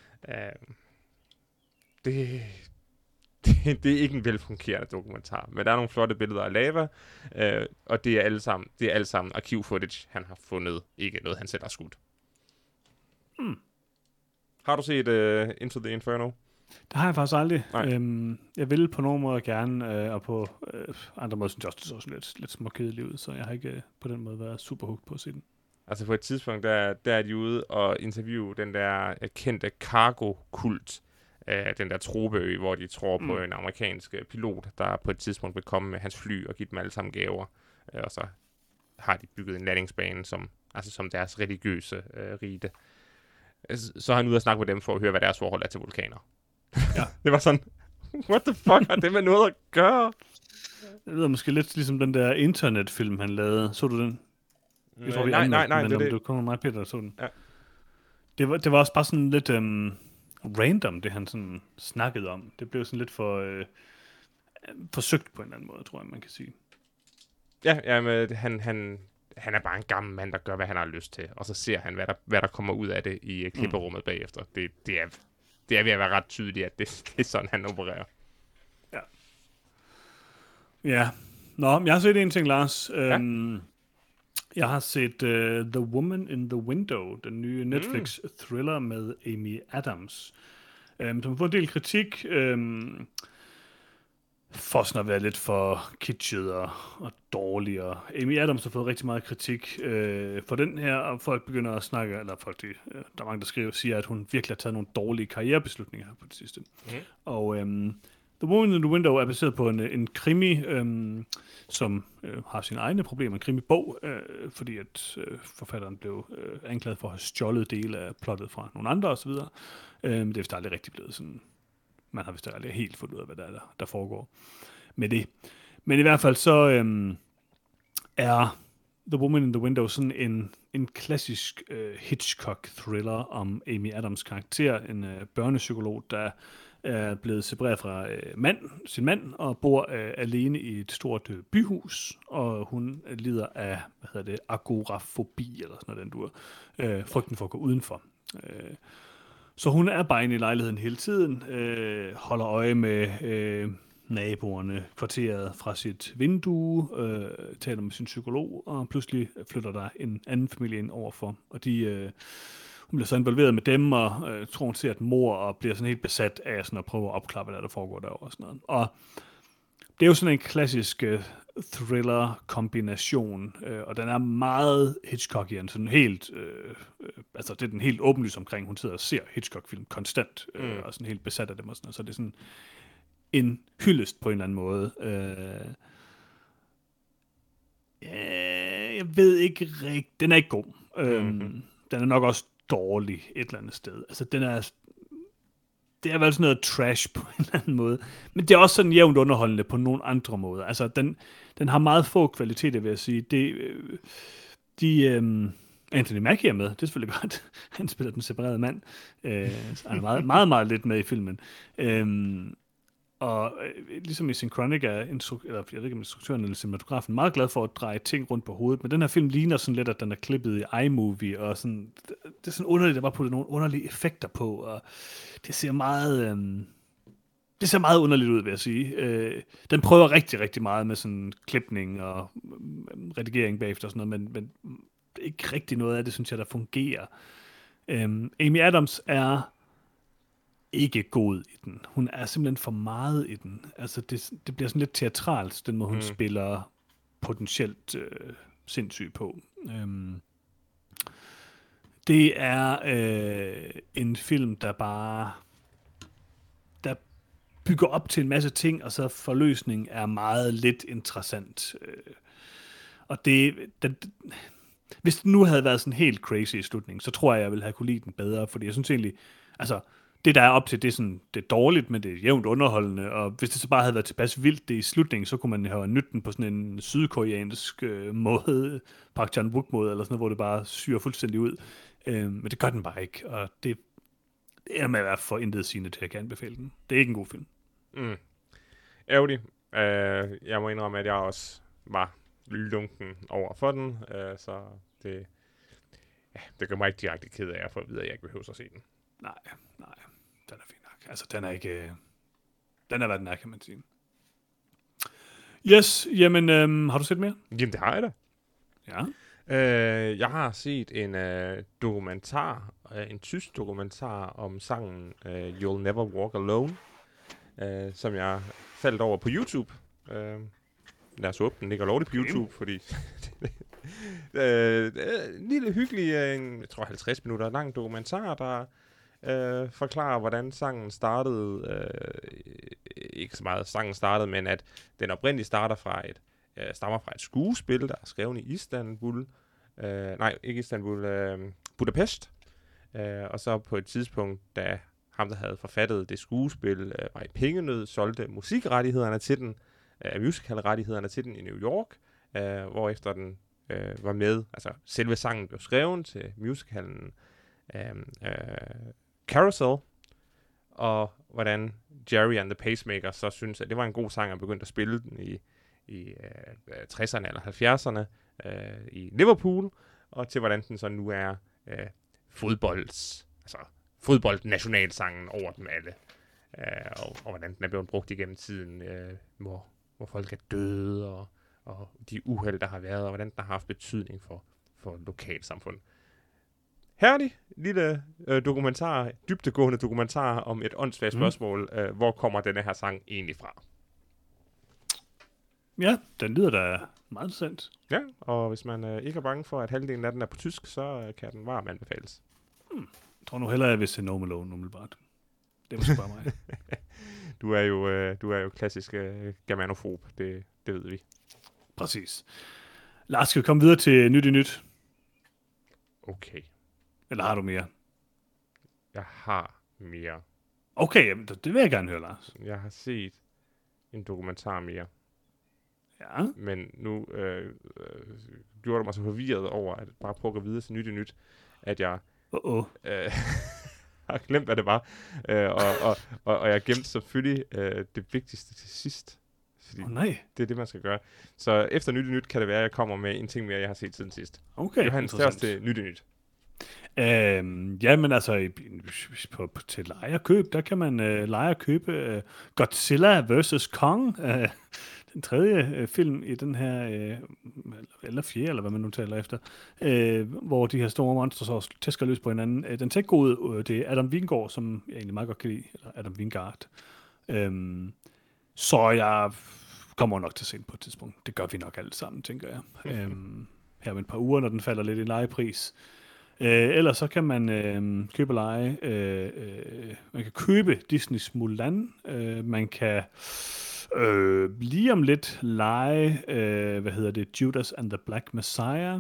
Det er ikke en velfungerende dokumentar, men der er nogle flotte billeder af lava, og det er alle sammen arkiv-footage, han har fundet, ikke noget, han selv har skudt. Har du set Into the Inferno? Det har jeg faktisk aldrig. Jeg vil på nogle måder gerne, og på andre måder synes jeg også, det så sådan lidt småkedelig ud, så jeg har ikke på den måde været super hooked på at se den. Altså på et tidspunkt, der er de ude og interviewe den der kendte cargo-kult, den der tropeø, hvor de tror på en amerikansk pilot, der på et tidspunkt vil komme med hans fly og give dem alle sammen gaver. Og så har de bygget en landingsbane som deres religiøse rite. Så er han ude og snakke med dem for at høre, hvad deres forhold er til vulkaner. Ja. Det var sådan, what the fuck har det med noget at gøre? Det lyder måske lidt ligesom den der internetfilm, han lavede. Så du den? Jeg tror, nej, det kom mig, Peter, der så den. Ja. Det var også bare sådan lidt random, det han sådan snakkede om. Det blev sådan lidt for forsøgt på en eller anden måde, tror jeg, man kan sige. Ja, men han er bare en gammel mand, der gør, hvad han har lyst til. Og så ser han, hvad der kommer ud af det i klipperummet bagefter. Det er ved at være ret tydeligt, at det er sådan, han opererer. Ja. Ja. Nå, jeg har set en ting, Lars. Jeg har set The Woman in the Window, den nye Netflix-thriller med Amy Adams, som har fået en del kritik for sådan at være lidt for kitschet og dårligere. Amy Adams har fået rigtig meget kritik for den her, og folk begynder at snakke, eller folk, der er mange, der siger, at hun virkelig har taget nogle dårlige karrierebeslutninger her på det sidste. Og The Woman in the Window er baseret på en krimi, som har sine egne problemer, en krimi-bog, fordi at forfatteren blev anklaget for at have stjålet dele af plottet fra nogle andre osv. Det er vist aldrig rigtig blevet sådan. Man har vist aldrig helt fundet ud af, hvad der foregår med det. Men i hvert fald så er The Woman in the Window sådan en klassisk Hitchcock-thriller om Amy Adams karakter, en børnepsykolog, der er blevet separeret fra sin mand og bor alene i et stort byhus, og hun lider af, agorafobi, eller sådan noget, frygten for at gå udenfor. Så hun er bare inde i lejligheden hele tiden, holder øje med naboerne kvarteret fra sit vindue, taler med sin psykolog, og pludselig flytter der en anden familie ind overfor. Og hun bliver så involveret med dem, og tror hun ser et mor, og bliver sådan helt besat af sådan at prøve at opklappe, hvad der foregår derovre og sådan noget. Og det er jo sådan en klassisk thriller-kombination, og den er meget Hitchcockian, sådan helt, altså det er den helt åbenlys omkring, hun sidder og ser Hitchcock-film konstant, og sådan helt besat af dem og sådan noget, så det er sådan en hyldest på en eller anden måde. Jeg ved ikke rigtigt, den er ikke god. Den er nok også dårlig et eller andet sted. Altså det er vel sådan noget trash på en eller anden måde. Men det er også sådan jævnt underholdende på nogle andre måder. Altså, den har meget få kvaliteter, vil jeg sige. Anthony Mackie er med. Det er selvfølgelig godt. Han spiller den separerede mand. Så han er meget, meget, meget lidt med i filmen. Og ligesom i Synchronic er jeg ved ikke om instruktøren eller cinematografen meget glad for at dreje ting rundt på hovedet, men den her film ligner sådan lidt, at den er klippet i iMovie, og sådan, det er sådan underligt, der bare puttet nogle underlige effekter på, og det ser meget underligt ud, vil jeg sige. Den prøver rigtig, rigtig meget med sådan klipning og redigering bagefter og sådan noget, men ikke rigtig noget af det, synes jeg, der fungerer. Amy Adams er ikke god i den. Hun er simpelthen for meget i den. Altså, det bliver sådan lidt teatralt, den måde, hun spiller potentielt sindssyg på. Det er en film, der bygger op til en masse ting, og så forløsningen er meget lidt interessant. Og hvis det nu havde været sådan helt crazy i slutningen, så tror jeg ville have kunne lide den bedre, fordi jeg synes egentlig, altså, det, der er op til, det er dårligt, men det er jævnt underholdende, og hvis det så bare havde været tilpas vildt det i slutningen, så kunne man have nydt den på sådan en sydkoreansk måde, Park Chan-wook-måde, eller sådan noget, hvor det bare syrer fuldstændig ud. Men det gør den bare ikke, og det er med at være for intetsigende til, at jeg kan anbefale den. Det er ikke en god film. Ærgerligt. Jeg må indrømme, at jeg også var lunken over for den, så det gør mig ikke direkte ked af, for at vide, at jeg ikke behøver at se den. Nej, den er fin nok. Altså, den er ikke... Den er, hvad den er, kan man sige. Yes, jamen, har du set mere? Jamen, det har jeg da. Ja. Jeg har set en dokumentar, en tysk dokumentar om sangen You'll Never Walk Alone, som jeg faldt over på YouTube. Lad os åbne den, ligger lovligt på YouTube, fordi... en lille hyggelig, jeg tror 50 minutter lang dokumentar, der forklarer, hvordan sangen startede. Ikke så meget sangen startede, men at den oprindeligt stammer fra et skuespil, der er skrevet i Istanbul. Ikke Istanbul, Budapest. Og så på et tidspunkt, da ham, der havde forfattet det skuespil, var i pengenød, solgte musikrettighederne til den, musicalrettighederne til den i New York, hvorefter den var med, altså selve sangen blev skrevet til musicalen Carousel, og hvordan Jerry and the Pacemaker så synes, at det var en god sang, og begyndte at spille den i 60'erne eller 70'erne i Liverpool, og til hvordan den så nu er fodboldnationalsangen over dem alle, og hvordan den er blevet brugt igennem tiden, hvor folk er døde, og de uheld, der har været, og hvordan den har haft betydning for lokalsamfund. Herlig lille dokumentar, dybdegående dokumentar om et åndssvagt spørgsmål. Hvor kommer denne her sang egentlig fra? Ja, den lyder da meget interessant. Ja, og hvis man ikke er bange for, at halvdelen af den er på tysk, så kan den varmt anbefales. Jeg tror nu hellere, jeg vil se No Malone umiddelbart. Det må så bare mig. Du er jo klassisk germanofob, det ved vi. Præcis. Lars, skal vi komme videre til Nyt i Nyt? Okay. Eller har du mere? Jeg har mere. Okay, jamen, det vil jeg gerne høre, Lars. Jeg har set en dokumentar mere. Ja. Men nu gjorde du mig så forvirret over, at bare prøve at gå videre til Nyt i Nyt, at jeg har glemt, hvad det var. Og jeg gemte selvfølgelig det vigtigste til sidst. Fordi nej. Det er det, man skal gøre. Så efter Nyt i Nyt kan det være, at jeg kommer med en ting mere, jeg har set siden sidst. Okay, Johannes, tag os til Nyt i Nyt. Men altså, til leje og køb, der kan man leje og købe Godzilla vs. Kong, den tredje film i den her, eller fjerde, eller hvad man nu taler efter, hvor de her store monster så tæsker løs på hinanden. Den ser ikke god ud. Det er Adam Wingård, som jeg egentlig meget godt kan lide, eller Adam Wingard. Så jeg kommer nok til at se den på et tidspunkt. Det gør vi nok alle sammen, tænker jeg. Her om et par uger, når den falder lidt i lejepris. Ellers så kan man købe og lege. Man kan købe Disneys Mulan. Man kan lige om lidt lege, Judas and the Black Messiah.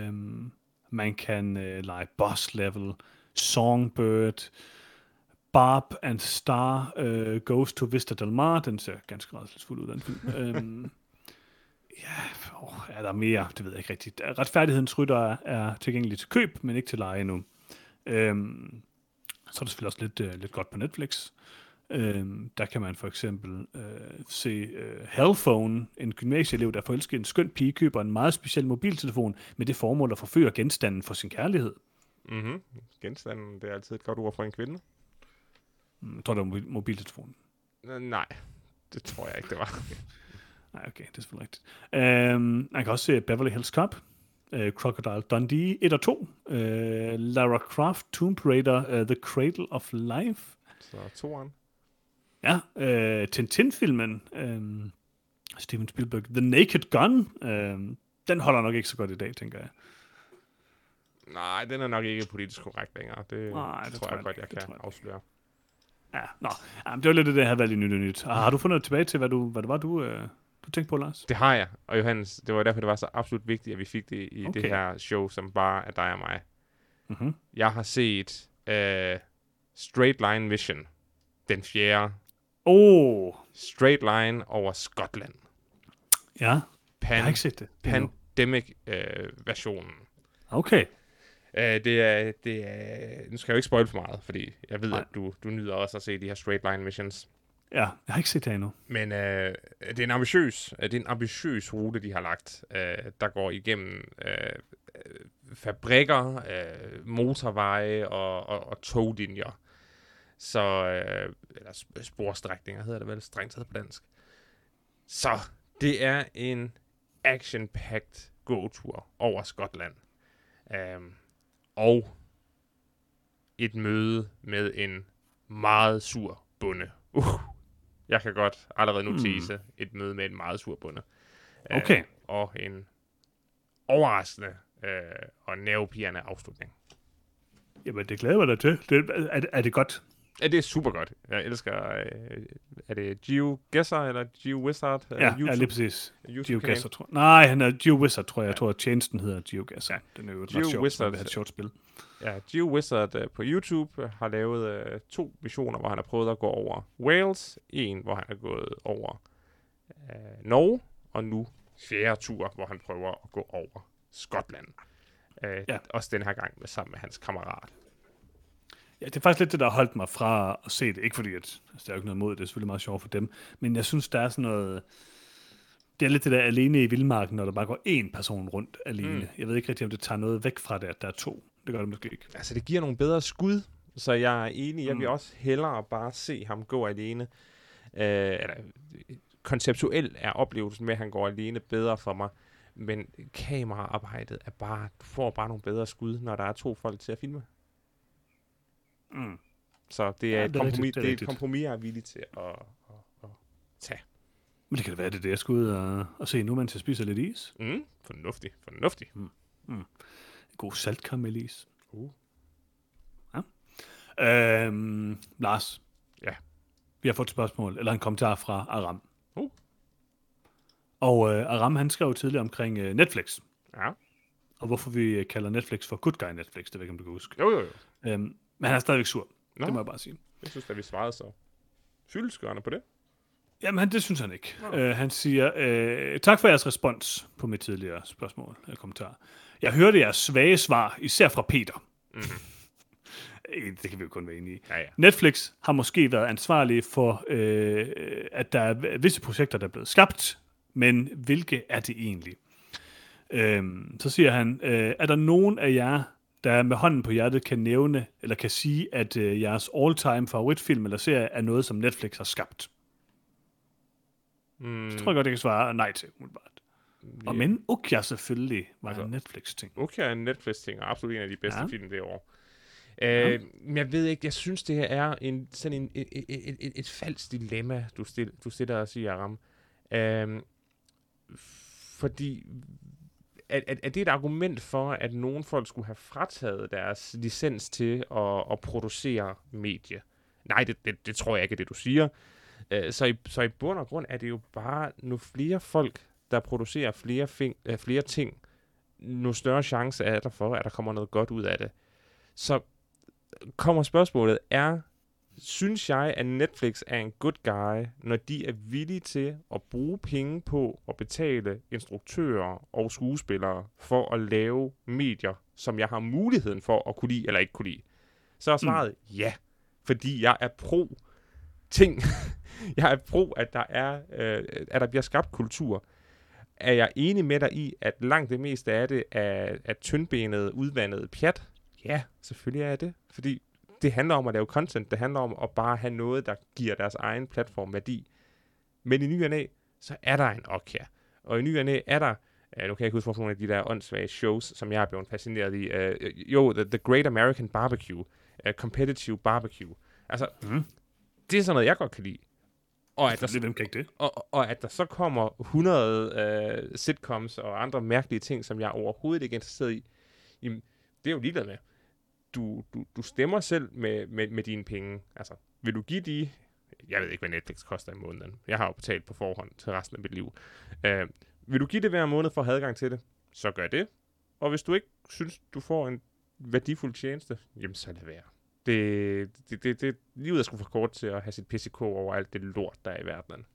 Man kan lege Boss Level, Songbird, Barb and Star Goes to Vista Del Mar. Den ser ganske rædselsfuld ud, den film. Er der mere? Det ved jeg ikke rigtigt. Retfærdighedens rytter er tilgængelig til køb, men ikke til leje endnu. Så er det selvfølgelig også lidt godt på Netflix. Der kan man for eksempel se Hellphone, en gymnasieelev, der forelsker en skøn pige, køber en meget speciel mobiltelefon med det formål at forføre genstanden for sin kærlighed. Mhm. Genstanden, det er altid et godt ord for en kvinde. Jeg tror, det var mobiltelefonen. Nej, det tror jeg ikke, det var. Nej, okay, det er selvfølgelig rigtigt. Man kan også se Beverly Hills Cop, Crocodile Dundee 1 og 2, Lara Croft, Tomb Raider, The Cradle of Life. Så toeren. Ja, Tintin-filmen, Steven Spielberg, The Naked Gun, den holder nok ikke så godt i dag, tænker jeg. Nej, den er nok ikke politisk korrekt længere. Det tror jeg godt, jeg kan afsløre. Ja, det var lidt det, jeg havde valgt i nyt og nyt. Har du fundet tilbage til, hvad det var, du tænkte på, Lars? Det har jeg, og Johannes, det var derfor, det var så absolut vigtigt, at vi fik det i det her show, som bare er dig og mig. Mm-hmm. Jeg har set Straight Line Mission, den fjerde. Straight Line over Skotland. Ja, jeg har ikke set det. Pandemic-versionen. Okay. Det er, nu skal jeg jo ikke spoil for meget, fordi jeg ved, at du nyder også at se de her Straight Line Missions. Ja, jeg har ikke set det endnu. Men det er en ambitiøs rute, de har lagt, der går igennem fabrikker, motorveje og toglinjer. Så, eller sporstrækninger hedder det vel, strengt taget på dansk. Så det er en action-packed gåtur over Skotland. Og et møde med en meget sur bonde. Jeg kan godt allerede nu tease et møde med en meget sur bonde. Okay. Og en overraskende og nervepirrende afslutning. Jamen, det glæder jeg mig da til. Er det godt? Ja, det er super godt. Jeg elsker... er det GeoGuessr eller GeoWizard? Ja, lige præcis. GeoGuessr, tror jeg. Nej, han er GeoWizard, tror jeg. Jeg tror, at tjenesten hedder GeoGuessr. Ja. Den er jo et ret sjovt, når vi har et sjovt spil. Ja, GeoWizard på YouTube har lavet 2 missioner, hvor han har prøvet at gå over Wales. En, hvor han er gået over Norge. Og nu 4. tur, hvor han prøver at gå over Skotland. Også den her gang sammen med hans kammerat. Ja, det er faktisk lidt det, der har holdt mig fra at se det. Ikke fordi, at der er jo ikke noget mod det. Det er selvfølgelig meget sjovt for dem. Men jeg synes, der er sådan noget... Det er lidt det der alene i vildmarken, når der bare går 1 person rundt alene. Jeg ved ikke rigtig, om det tager noget væk fra det, at der er 2. Det gør det måske ikke. Altså, det giver nogle bedre skud. Så jeg er enig. Jeg vil også hellere bare se ham gå alene. Konceptuelt er oplevelsen med, at han går alene bedre for mig. Men kameraarbejdet er bare... Du får bare nogle bedre skud, når der er 2 folk til at filme. Så det er et kompromis, det er et kompromis, jeg er villig til at tage. Men det kan da være, det jeg skal ud og se nu, mens jeg spiser lidt is. Fornuftig. En god saltkaramelis. Ja. Lars. Ja. Vi har fået et spørgsmål, eller en kommentar fra Aram. Og Aram, han skrev tidligere omkring Netflix. Ja. Og hvorfor vi kalder Netflix for Good Guy Netflix, det ved ikke, om du kan huske. Jo. Men han er stadigvæk sur. Nå. Det må jeg bare sige. Jeg synes, at vi svarede så fyldestgørende på det. Jamen, det synes han ikke. Han siger, tak for jeres respons på mit tidligere spørgsmål eller kommentar. Jeg hørte jeres svage svar, især fra Peter. Det kan vi jo kun være enige i. Ja. Netflix har måske været ansvarlig for, at der er visse projekter, der er blevet skabt, men hvilke er det egentlig? Så siger han, er der nogen af jer, der med hånden på hjertet kan nævne, eller kan sige, at jeres all-time favoritfilm eller serie er noget, som Netflix har skabt? Så tror jeg godt, jeg kan svare nej til, umiddelbart. Yeah. Og men Okja selvfølgelig var en Netflix-ting. Okja er en Netflix-ting, og absolut en af de bedste film det år. Men jeg ved ikke, jeg synes, det er et falsk dilemma, du stiller og siger, Aram. Fordi er det et argument for, at nogen folk skulle have frataget deres licens til at producere medie? Nej, det tror jeg ikke er det, du siger. Så i bund og grund er det jo bare nu flere folk, der producerer flere ting, nu større chance er der for, at der kommer noget godt ud af det. Så kommer spørgsmålet, synes jeg, at Netflix er en good guy, når de er villige til at bruge penge på at betale instruktører og skuespillere for at lave medier, som jeg har muligheden for at kunne lide eller ikke kunne lide? Så er svaret ja, fordi jeg er pro ting. Jeg er pro, at der bliver skabt kultur. Er jeg enig med dig i, at langt det meste af det er tyndbenet, udvandet pjat? Ja, selvfølgelig er jeg det. Fordi det handler om at lave content. Det handler om at bare have noget, der giver deres egen platform værdi. Men i ny og næ, så er der en Okja. Og i ny og næ er der, nu kan jeg ikke huske, nogle af de der åndssvage shows, som jeg er blevet fascineret i. The Great American Barbecue. Competitive Barbecue. Altså, det er sådan noget, jeg godt kan lide. Og at, og at der så kommer 100 sitcoms og andre mærkelige ting, som jeg overhovedet ikke er interesseret i, jamen, det er jo ligeglad med. Du stemmer selv med dine penge. Altså, vil du give de... Jeg ved ikke, hvad Netflix koster i måneden. Jeg har jo betalt på forhånd til resten af mit liv. Vil du give det hver måned for at have adgang til det, så gør det. Og hvis du ikke synes, du får en værdifuld tjeneste, jamen så lad være. Livet er sgu for kort til at have sit PCK over alt det lort, der er i verdenen.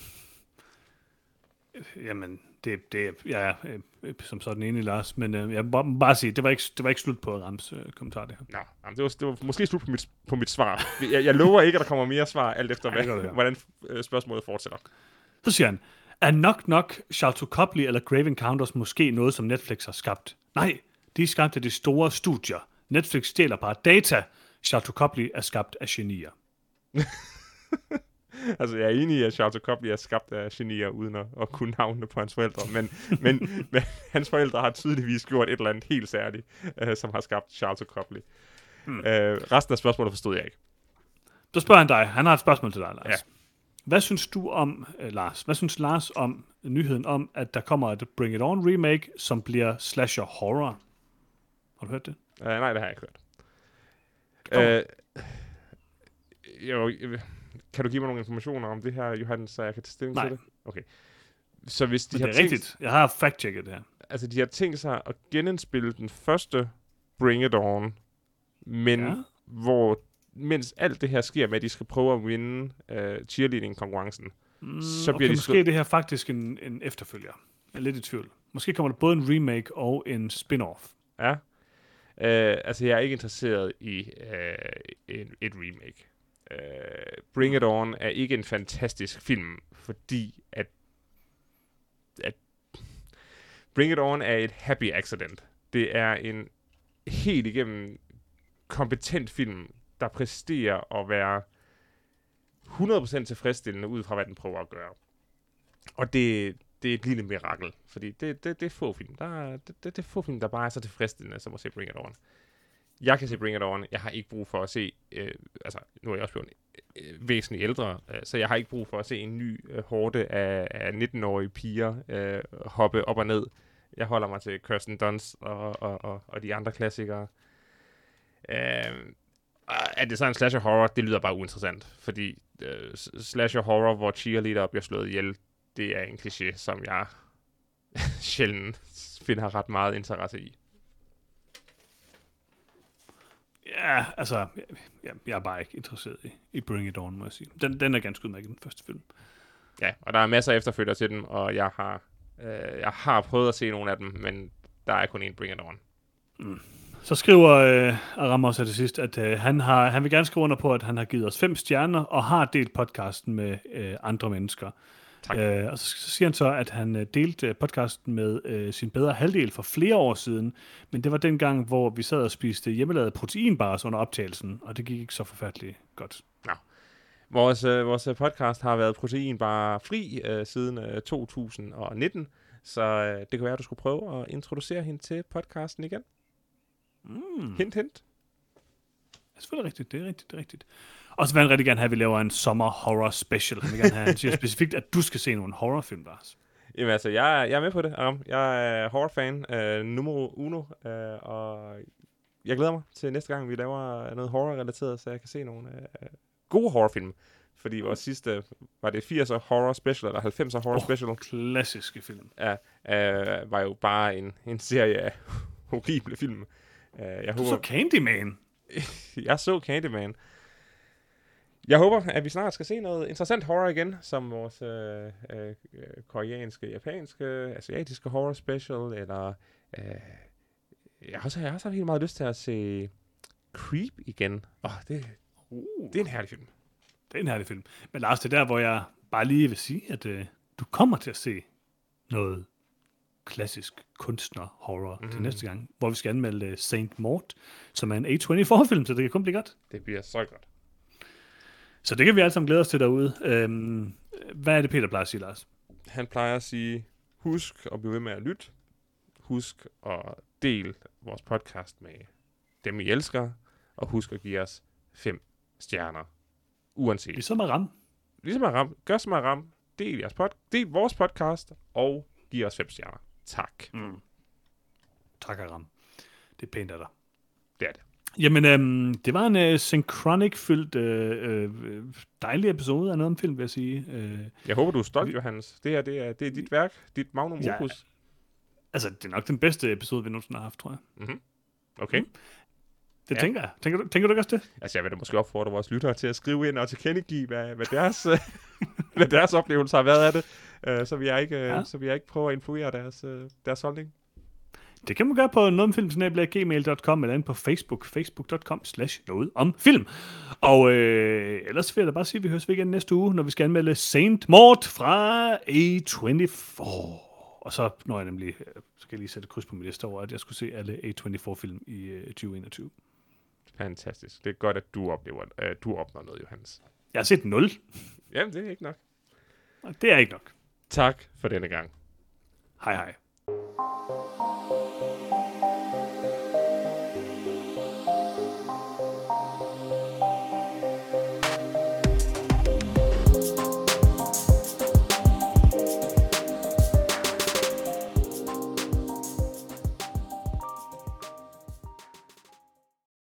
Jamen, jeg er som sådan enig, Lars, men jeg må bare sige, det var ikke slut på Rams kommentar, det her. Nå, det var måske slut på mit svar. Jeg lover ikke, at der kommer mere svar, alt efter hvordan spørgsmålet fortsætter. Så siger han, er nok Sharlto Copley eller Grave Encounters måske noget, som Netflix har skabt? Nej, de er skabt af de store studier. Netflix stjæler bare data. Sharlto Copley er skabt af genier. Altså, jeg er enig i, at Sharlto Copley er skabt af genier, uden at kunne navnene på hans forældre, men hans forældre har tydeligvis gjort et eller andet helt særligt, som har skabt Sharlto Copley. Resten af spørgsmålet forstod jeg ikke. Så spørger han dig. Han har et spørgsmål til dig, Lars. Ja. Hvad synes du om, Lars? Hvad synes Lars om nyheden om, at der kommer et Bring It On remake, som bliver slasher horror? Har du hørt det? Nej, det har jeg ikke hørt. Kan du give mig nogle informationer om det her, Johan, så jeg kan tage stilling til det? Okay. Så hvis de har det er rigtigt. Jeg har fact-checket det her. Altså, de har tænkt sig at genindspille den første Bring It On, men mens alt det her sker med, at de skal prøve at vinde cheerleading-konkurrencen, så bliver måske det her faktisk en efterfølger. Jeg er lidt i tvivl. Måske kommer der både en remake og en spin-off. Ja. Altså, jeg er ikke interesseret i et remake. Bring It On er ikke en fantastisk film, fordi at Bring It On er et happy accident. Det er en helt igennem kompetent film, der præsterer at være 100% tilfredsstillende ud fra, hvad den prøver at gøre. Og det er et lille mirakel, fordi det er få film. Det er få film, der bare er så tilfredsstillende, som at se Bring It On. Jeg kan se Bring It On. Jeg har ikke brug for at se... nu er jeg også blevet væsentligt ældre, så jeg har ikke brug for at se en ny horde af 19-årige piger hoppe op og ned. Jeg holder mig til Kirsten Dunst og de andre klassikere. Er det så en slasher horror? Det lyder bare uinteressant, fordi slasher horror, hvor cheerleader bliver slået ihjel, det er en kliché, som jeg sjældent finder ret meget interesse i. Ja, altså, jeg er bare ikke interesseret i Bring It On, må jeg sige. Den er ganske udmærket, den første film. Ja, og der er masser af efterfølgere til den, og jeg har prøvet at se nogle af dem, men der er kun én Bring It On. Så skriver Aram også til sidst, at han vil gerne skrive under på, at han har givet os 5 stjerner, og har delt podcasten med andre mennesker. Tak. Og så siger han så, at han delte podcasten med sin bedre halvdel for flere år siden, men det var dengang, hvor vi sad og spiste hjemmelavede proteinbars under optagelsen, og det gik ikke så forfærdeligt godt. Nå. Vores podcast har været proteinbar fri siden 2019, så det kan være, at du skulle prøve at introducere hende til podcasten igen. Hint, hint. Det er selvfølgelig rigtigt, det er rigtigt. Og så vil han rigtig gerne have, at vi laver en sommer horror special. Han vil gerne have, han siger specifikt, at du skal se nogle horrorfilm, Lars. Jamen altså, jeg er med på det, Aram. Jeg er horrorfan, numero uno, og jeg glæder mig til næste gang, vi laver noget horror-relateret, så jeg kan se nogle gode horrorfilm. Fordi vores sidste, var det 80'er horror special, eller 90'er horror special? Klassiske film. Ja, var jo bare en serie af horrible film. Du så Candyman. Jeg så Candyman. Jeg håber, at vi snart skal se noget interessant horror igen, som vores koreanske, japanske, asiatiske horror special, eller jeg har også haft helt meget lyst til at se Creep igen. Det er en herlig film. Det er en herlig film. Men Lars, det er der, hvor jeg bare lige vil sige, at du kommer til at se noget klassisk kunstner-horror til næste gang, hvor vi skal anmelde Saint Maud, som er en A24-film, så det kan kun blive godt. Det bliver så godt. Så det kan vi alle sammen glæde os til derude. Hvad er det, Peter plejer at sige, Lars? Han plejer at sige, husk at blive ved med at lytte. Husk at dele vores podcast med dem, I elsker. Og husk at give os 5 stjerner. Uanset. Ligesom at ramme. Gør som at ramme. Del vores podcast og giv os 5 stjerner. Tak. Tak, Aram. Det er pænt af dig. Det er det. Jamen, det var en synchronic-fyldt dejlig episode af noget om film, vil jeg sige. Jeg håber, du er stolt, Johannes. Det her, det er dit værk, dit magnum opus. Altså, det er nok den bedste episode, vi nogensinde har haft, tror jeg. Mm-hmm. Okay. Det tænker jeg. Tænker du ikke også det? Altså, jeg vil da måske opfordre vores lyttere til at skrive ind og tilkendegive, hvad deres, hvad deres oplevelse har været af det, så vi ikke prøve at influere deres holdning. Det kan man gøre på nogetomfilm@gmail.com eller ind på facebook.com/nogetomfilm. Og ellers vil jeg da bare sige, at vi høres igen næste uge, når vi skal anmelde Saint Maud fra A24. Og så når jeg nemlig, så kan jeg lige sætte kryds på min liste over, at jeg skulle se alle A24-film i 2021. Fantastisk. Det er godt, at du opnår noget, Johannes. Jeg har set 0. Jamen, det er ikke nok. Det er ikke nok. Tak for denne gang. Hej hej.